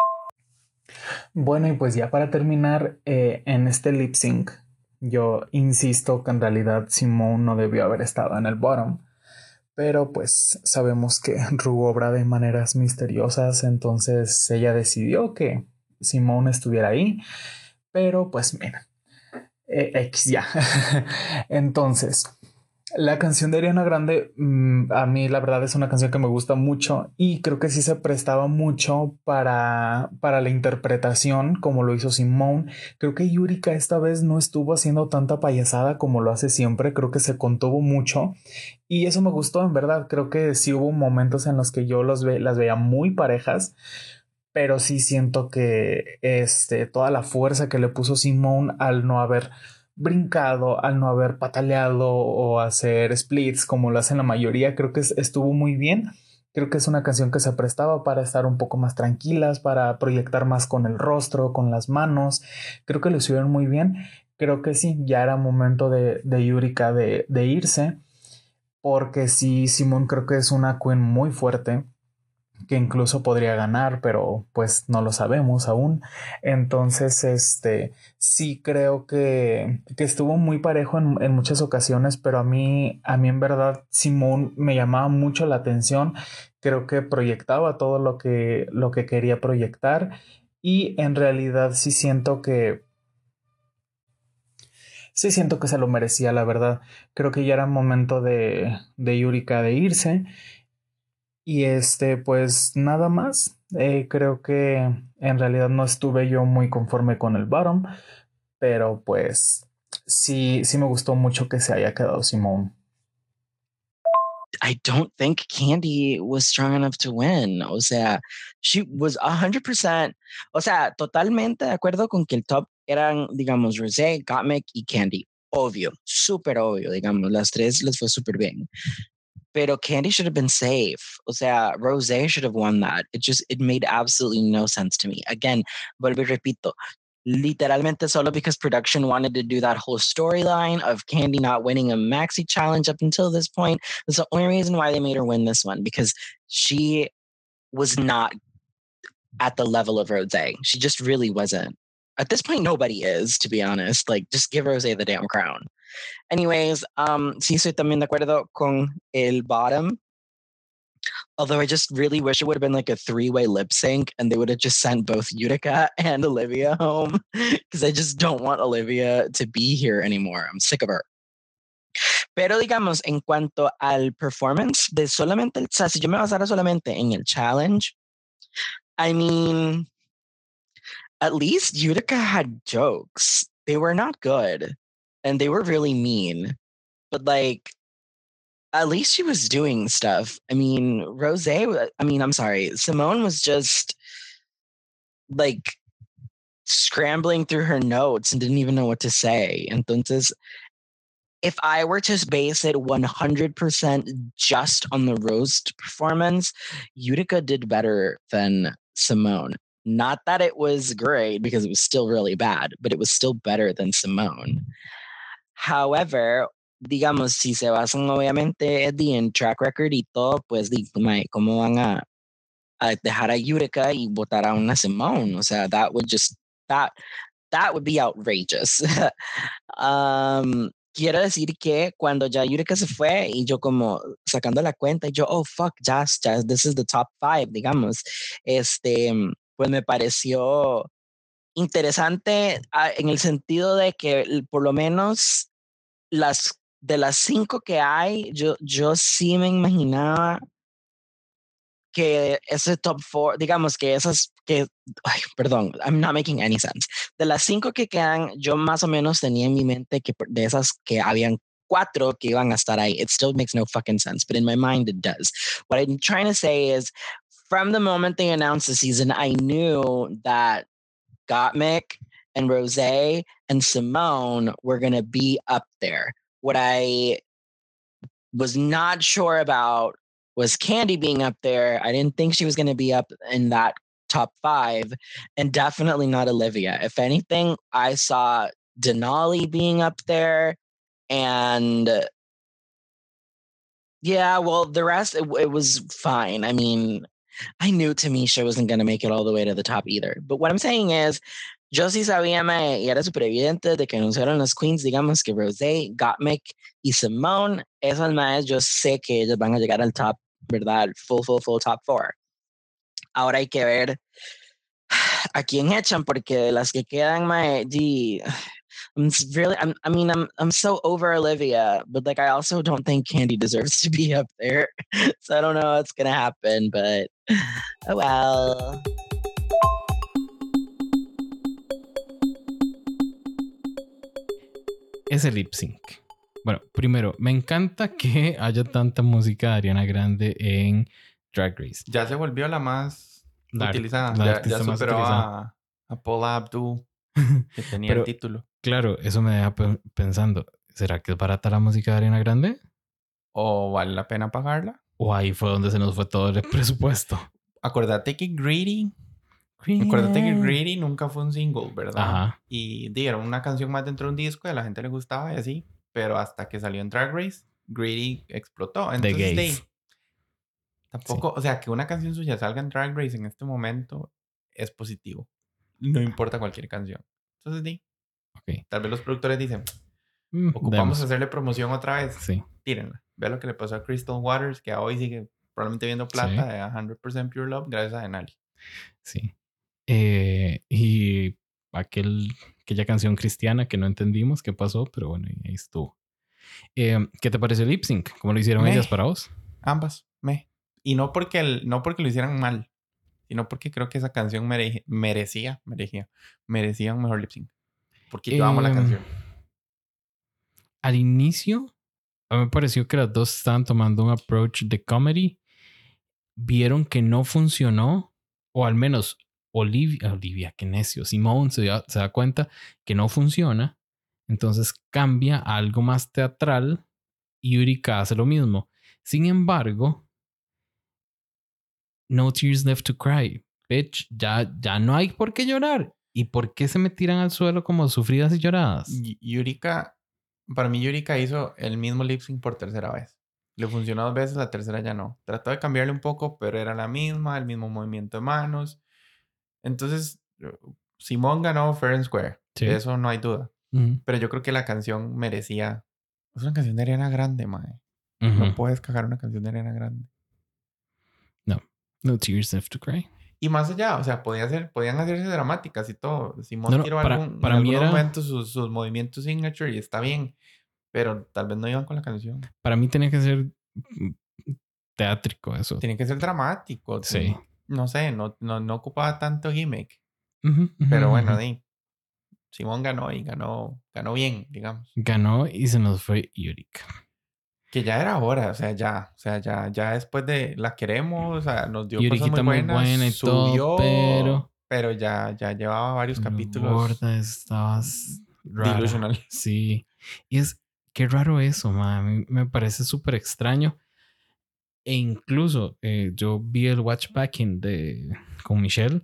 Bueno, y pues ya para terminar, eh, en este lip sync, yo insisto que en realidad Simone no debió haber estado en el bottom, pero pues sabemos que Ru obra de maneras misteriosas, entonces ella decidió que Simone estuviera ahí, pero pues mira, eh, X ya. Entonces, la canción de Ariana Grande, mmm, a mí la verdad es una canción que me gusta mucho y creo que sí se prestaba mucho para, para la interpretación como lo hizo Simone. Creo que Eureka esta vez no estuvo haciendo tanta payasada como lo hace siempre, creo que se contuvo mucho y eso me gustó en verdad. Creo que sí hubo momentos en los que yo los ve, las veía muy parejas, pero sí siento que este, toda la fuerza que le puso Simone al no haber brincado, al no haber pataleado o hacer splits como lo hacen la mayoría, creo que estuvo muy bien. Creo que es una canción que se prestaba para estar un poco más tranquilas, para proyectar más con el rostro, con las manos. Creo que lo hicieron muy bien. Creo que sí, ya era momento de, de Eureka de, de irse, porque sí, Simone creo que es una queen muy fuerte, que incluso podría ganar, pero pues no lo sabemos aún. Entonces, este sí creo que, que estuvo muy parejo en, en muchas ocasiones, pero a mí, a mí en verdad Simone me llamaba mucho la atención. Creo que proyectaba todo lo que, lo que quería proyectar y en realidad sí siento que sí siento que se lo merecía, la verdad. Creo que ya era momento de, de Eureka de irse. Y este, pues nada más. Eh, creo que en realidad no estuve yo muy conforme con el bottom, pero pues sí, sí me gustó mucho que se haya quedado Simone. I don't think Candy was strong enough to win. O sea, she was one hundred percent. O sea, totalmente de acuerdo con que el top eran, digamos, Rosé, Gottmik y Candy. Obvio, súper obvio, digamos, las tres les fue súper bien. Pero Candy should have been safe. O sea, Rosé should have won that. It just, it made absolutely no sense to me. Again, vuelvo y repito, literalmente solo because production wanted to do that whole storyline of Candy not winning a maxi challenge up until this point. That's the only reason why they made her win this one, because she was not at the level of Rosé. She just really wasn't. at this point, nobody is, to be honest. Like, just give Rose the damn crown. Anyways, um, sí, estoy también de acuerdo con el bottom. Although I just really wish it would have been like a three-way lip sync and they would have just sent both Utica and Olivia home because I just don't want Olivia to be here anymore. I'm sick of her. Pero digamos, en cuanto al performance de solamente, o sea, si yo me basara solamente en el challenge, I mean, at least Utica had jokes. They were not good and they were really mean. But like, at least she was doing stuff. I mean, Rose, I mean, I'm sorry, Simone was just like scrambling through her notes and didn't even know what to say. Entonces, if I were to base it one hundred percent just on the roast performance, Utica did better than Simone. Not that it was great because it was still really bad, but it was still better than Simone. However, digamos, si se basan obviamente en track record y todo, pues ¿cómo van a, a dejar a Utica y votar a una Simone? O sea, that would just, that, that would be outrageous. um, quiero decir que cuando ya Utica se fue y yo como sacando la cuenta y yo, oh, fuck, Jazz, Jazz, this is the top five, digamos, este, pues me pareció interesante en el sentido de que por lo menos las de las cinco que hay, yo, yo sí me imaginaba que ese top four, digamos que esas que, ay, perdón, I'm not making any sense. De las cinco que quedan, yo más o menos tenía en mi mente que de esas que habían cuatro que iban a estar ahí. It still makes no fucking sense, but in my mind it does. What I'm trying to say is, from the moment they announced the season, I knew that Gottmik and Rose and Simone were going to be up there. What I was not sure about was Candy being up there. I didn't think she was going to be up in that top five, and definitely not Olivia. If anything, I saw Denali being up there, and yeah, well, the rest, it, it was fine. I mean, I knew Tamisha wasn't going to make it all the way to the top either. But what I'm saying is, yo sí sabía, me, y era súper evidente de que anunciaron las queens, digamos que Rosé, Gottmik y Simone, esas más, yo sé que ellas van a llegar al top, ¿verdad? Full, full, full top four. Ahora hay que ver a quién echan, porque las que quedan, mae, di, I'm really, I'm, I mean, I'm, I'm so over Olivia, but like, I also don't think Candy deserves to be up there. So I don't know what's going to happen, but oh well. Ese lip sync. Bueno, primero, me encanta que haya tanta música de Ariana Grande en Drag Race. Ya se volvió la más La, utilizada. la ya ya superó a, a Paula Abdul, que tenía Pero, el título. Claro, eso me deja pe- pensando, ¿será que es barata la música de Ariana Grande? ¿O vale la pena pagarla? ¿O ahí fue donde se nos fue todo el presupuesto? Acuérdate que Greedy... Acuérdate que Greedy nunca fue un single, ¿verdad? Ajá. Y dieron una canción más dentro de un disco y a la gente le gustaba y así. Pero hasta que salió en Drag Race, Greedy explotó. Entonces, The Gays. de, tampoco, sí. O sea, que una canción suya salga en Drag Race en este momento es positivo. No importa cualquier canción. Entonces, de, okay. Tal vez los productores dicen, mm, ocupamos demos. hacerle promoción otra vez. Sí. Tírenla. Ve lo que le pasó a Crystal Waters, que hoy sigue probablemente viendo plata sí. de cien por ciento Pure Love gracias a Denali. Sí. Eh, y aquel, aquella canción cristiana que no entendimos qué pasó, pero bueno, ahí estuvo. Eh, ¿Qué te pareció el lip sync? ¿Cómo lo hicieron me. ellas para vos? Ambas, me. Y no porque, el, no porque lo hicieran mal, sino porque creo que esa canción mere, merecía, merecía, merecía un mejor lip sync. Porque yo eh, amo la canción. Al inicio, a mí me pareció que las dos estaban tomando un approach de comedy. Vieron que no funcionó, o al menos Olivia, Olivia, qué necio, Simone se da, se da cuenta que no funciona, entonces cambia a algo más teatral y Utica hace lo mismo. Sin embargo, no tears left to cry, bitch, ya, ya no hay por qué llorar. ¿Y por qué se me tiran al suelo como sufridas y lloradas? Y Utica, para mí Utica hizo el mismo lip sync por tercera vez. Le funcionó dos veces, la tercera ya no. Trató de cambiarle un poco, pero era la misma, el mismo movimiento de manos. Entonces, Simón ganó Fair and Square. Sí. De eso no hay duda. Uh-huh. Pero yo creo que la canción merecía... Es una canción de Ariana Grande, mae. Uh-huh. No puedes cagar una canción de Ariana Grande. No. No tears left to cry. Y más allá, o sea, podía ser, podían hacerse dramáticas y todo. Simón no, no, tiró para, algún, para en mí algunos era, momentos sus, sus movimientos signature y está bien. Pero tal vez no iban con la canción. Para mí tenía que ser teátrico eso. Tiene que ser dramático. Sí. No sé, no, no, no ocupaba tanto gimmick. Uh-huh, uh-huh, Pero bueno, uh-huh. sí. Simón ganó y ganó, ganó bien, digamos. Ganó y se nos fue Eureka. Que ya era hora, o sea, ya, o sea, ya, ya después de la queremos, o sea, nos dio Eureka cosas muy muy buenas, buena y subió, todo, pero... pero ya, ya llevaba varios capítulos. Gorda, estabas rara. Delusional. Sí. Y es, qué raro eso, man. A mí me parece súper extraño. E incluso eh, yo vi el watchbacking de con Michelle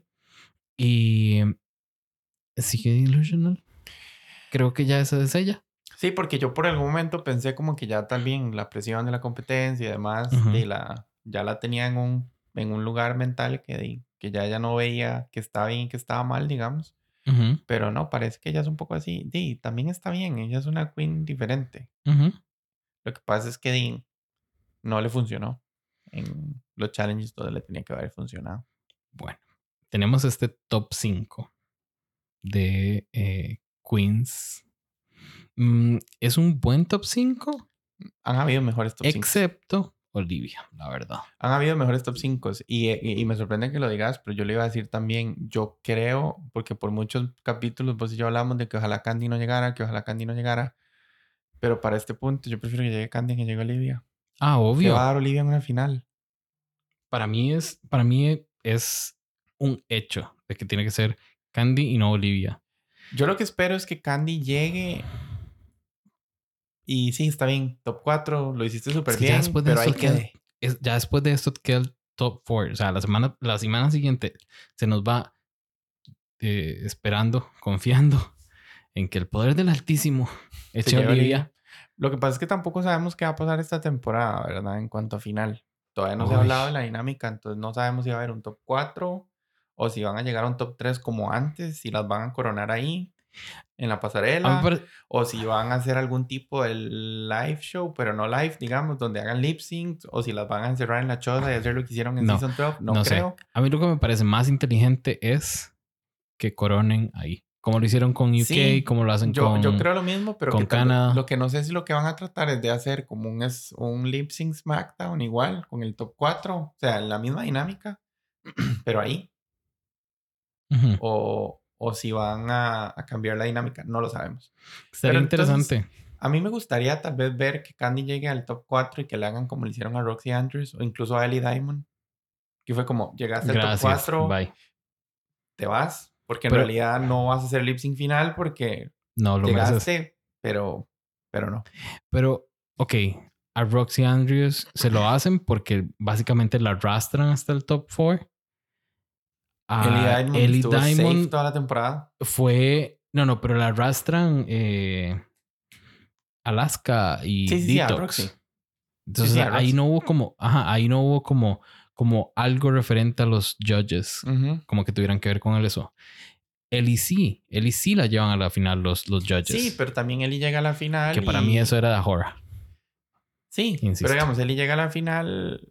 y sigue delusional. Creo que ya esa es ella. Sí, porque yo por algún momento pensé como que ya también la presión de la competencia y demás, Uh-huh. de la, ya la tenía en un, en un lugar mental que, de, que ya ella no veía que estaba bien y que estaba mal, digamos. Uh-huh. Pero no, parece que ella es un poco así. Di, también está bien, ella es una queen diferente. Uh-huh. Lo que pasa es que Di, no le funcionó en los challenges donde le tenía que haber funcionado. Bueno, tenemos este top cinco de eh, queens. Mm, es un buen top cinco. Han habido mejores top cinco. Excepto Olivia, la verdad. Han habido mejores top cinco y, y, y me sorprende que lo digas, pero yo le iba a decir también, yo creo, porque por muchos capítulos vos y yo hablamos de que ojalá Candy no llegara, que ojalá Candy no llegara, pero para este punto yo prefiero que llegue Candy que llegue Olivia. Ah, obvio. Se va a dar Olivia en una final. Para mí es, para mí es un hecho de que tiene que ser Candy y no Olivia. Yo lo que espero es que Candy llegue y sí, está bien, top cuatro, lo hiciste súper Es que bien, ya después de pero esto ahí queda- quede. es- ya después de esto queda el top cuatro. O sea, la semana, la semana siguiente se nos va eh, esperando, confiando en que el poder del Altísimo eche a lleva Olivia. Olivia. Lo que pasa es que tampoco sabemos qué va a pasar esta temporada, ¿verdad? En cuanto a final. Todavía no se ha Uy. hablado de la dinámica, entonces no sabemos si va a haber un top cuatro o si van a llegar a un top tres como antes, si las van a coronar ahí en la A mí pasarela, me pare- o si van a hacer algún tipo de live show, pero no live, digamos, donde hagan lip sync, o si las van a encerrar en la choza y hacer lo que hicieron en No, Season doce, no, no sé. creo. A mí lo que me parece más inteligente es que coronen ahí. Como lo hicieron con U K, Sí, como lo hacen Yo, con... yo creo lo mismo, pero con que tal vez- Canadá. lo que no sé si lo que van a tratar es de hacer como un, es, un lip sync SmackDown igual, con el top cuatro, o sea, la misma dinámica, pero ahí. Ujú. O, o si van a, a cambiar la dinámica, no lo sabemos. Estaría Pero entonces, interesante. A mí me gustaría tal vez ver que Candy llegue al top cuatro y que le hagan como le hicieron a Roxy Andrews o incluso a Ellie Diamond. Que fue como, llegaste al top Gracias. cuatro, Bye. te vas. Porque en Pero- realidad no vas a hacer lip sync final porque No, lo mereces. llegaste, pero, pero no. Pero, ok, a Roxy Andrews se lo hacen porque básicamente la arrastran hasta el top cuatro. A Ellie Diamond Ellie estuvo safe Diamond toda la temporada. fue... No, no, pero la arrastran eh, Alaska y Sí, sí, sí, a Detox. Roxy. Entonces Sí, sí, a ahí Roxy. no hubo como... Ajá, ahí no hubo como, como algo referente a los judges. Ujú. Como que tuvieran que ver con eso. Ellie sí. Ellie sí la llevan a la final los, los judges. Sí, pero también Ellie llega a la final. Que para y- mí eso era de horror. Sí, Insisto. pero digamos, Ellie llega a la final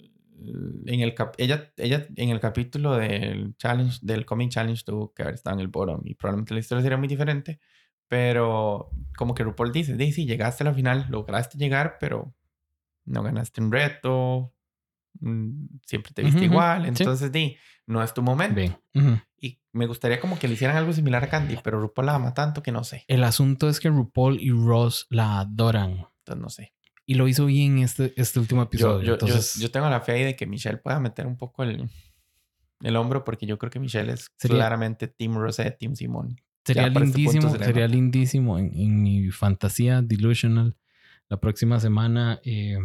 en el cap ella, ella en el capítulo del challenge, del Coming Challenge tuvo que haber estado en el bottom y probablemente la historia sería muy diferente, pero como que RuPaul dice, "Di, sí, llegaste a la final, lograste llegar, pero no ganaste un reto, mm, siempre te viste Ujú, ujú, igual, sí. entonces di, no es tu momento." Bien. Ujú. Y me gustaría como que le hicieran algo similar a Candy, pero RuPaul la ama tanto que no sé, El asunto es que RuPaul y Ross la adoran. entonces no sé. Y lo hizo bien este, este último Yo, episodio. yo, yo- Entonces, yo tengo la fe ahí de que Michelle pueda meter un poco el, el hombro porque yo creo que Michelle es Sería- claramente Team Rosette, Team Simón. sería ya para este punto lindísimo, se le sería nota. lindísimo en, en mi fantasía delusional. La próxima semana, eh,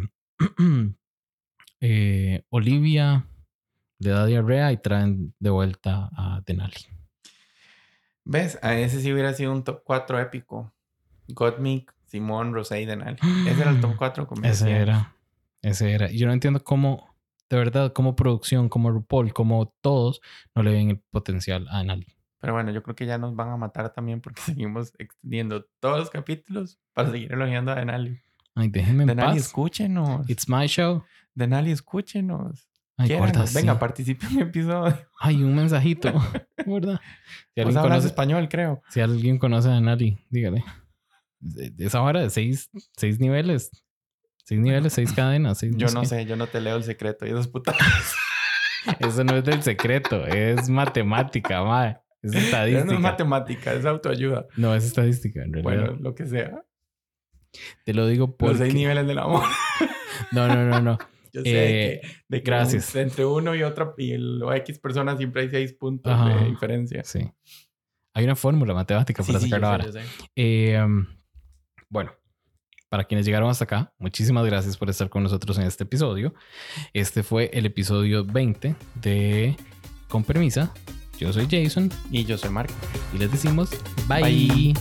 eh, Olivia le da diarrea y traen de vuelta a Denali. ¿Ves? A ese sí hubiera sido un top cuatro épico. Gottmik, Simón, Rosé y Denali. Ese era el top cuatro como Ese decía. era. Ese era. Y yo no entiendo cómo, de verdad, como producción, como RuPaul, como todos, no le ven el potencial a Denali. Pero bueno, yo creo que ya nos van a matar también porque seguimos extendiendo todos los capítulos para seguir elogiando a Denali. Ay, déjenme en Denali, paz. escúchenos. It's my show. Denali, escúchenos. Ay, Quiéranos. gorda, sí. Venga, participe en mi episodio. Ay, un mensajito. ¿Verdad? Si Pues alguien, hablas conoce, español, creo. si alguien conoce a Nari, dígale. De, de esa hora de seis, seis niveles. Seis niveles, seis cadenas. Seis, Yo no sé, yo no te leo el secreto y esas putadas. Eso no es del secreto. Es matemática, madre. Es No estadística. es matemática, es autoayuda. No, es estadística, en realidad. Bueno, lo que sea. Te lo digo Los porque... seis niveles del amor. No, no, no, no. Yo sé Eh, que, de que gracias. un- entre uno y otra y el o X personas siempre hay seis puntos Ajá. de diferencia. Sí. Hay una fórmula matemática para Sí, sí, sacarlo yo ahora. sé, yo sé. Eh, um, bueno, para quienes llegaron hasta acá, muchísimas gracias por estar con nosotros en este episodio. Este fue el episodio veinte de Con Permisa. Yo soy Jason Y yo soy Marco. y les decimos bye. Bye.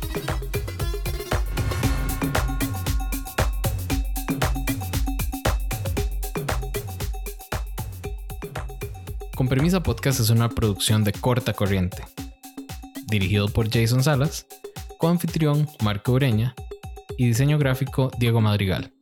Con Permisa Podcast es una producción de Corta Corriente. Dirigido por Jason Salas, coanfitrión Marco Ureña y diseño gráfico Diego Madrigal.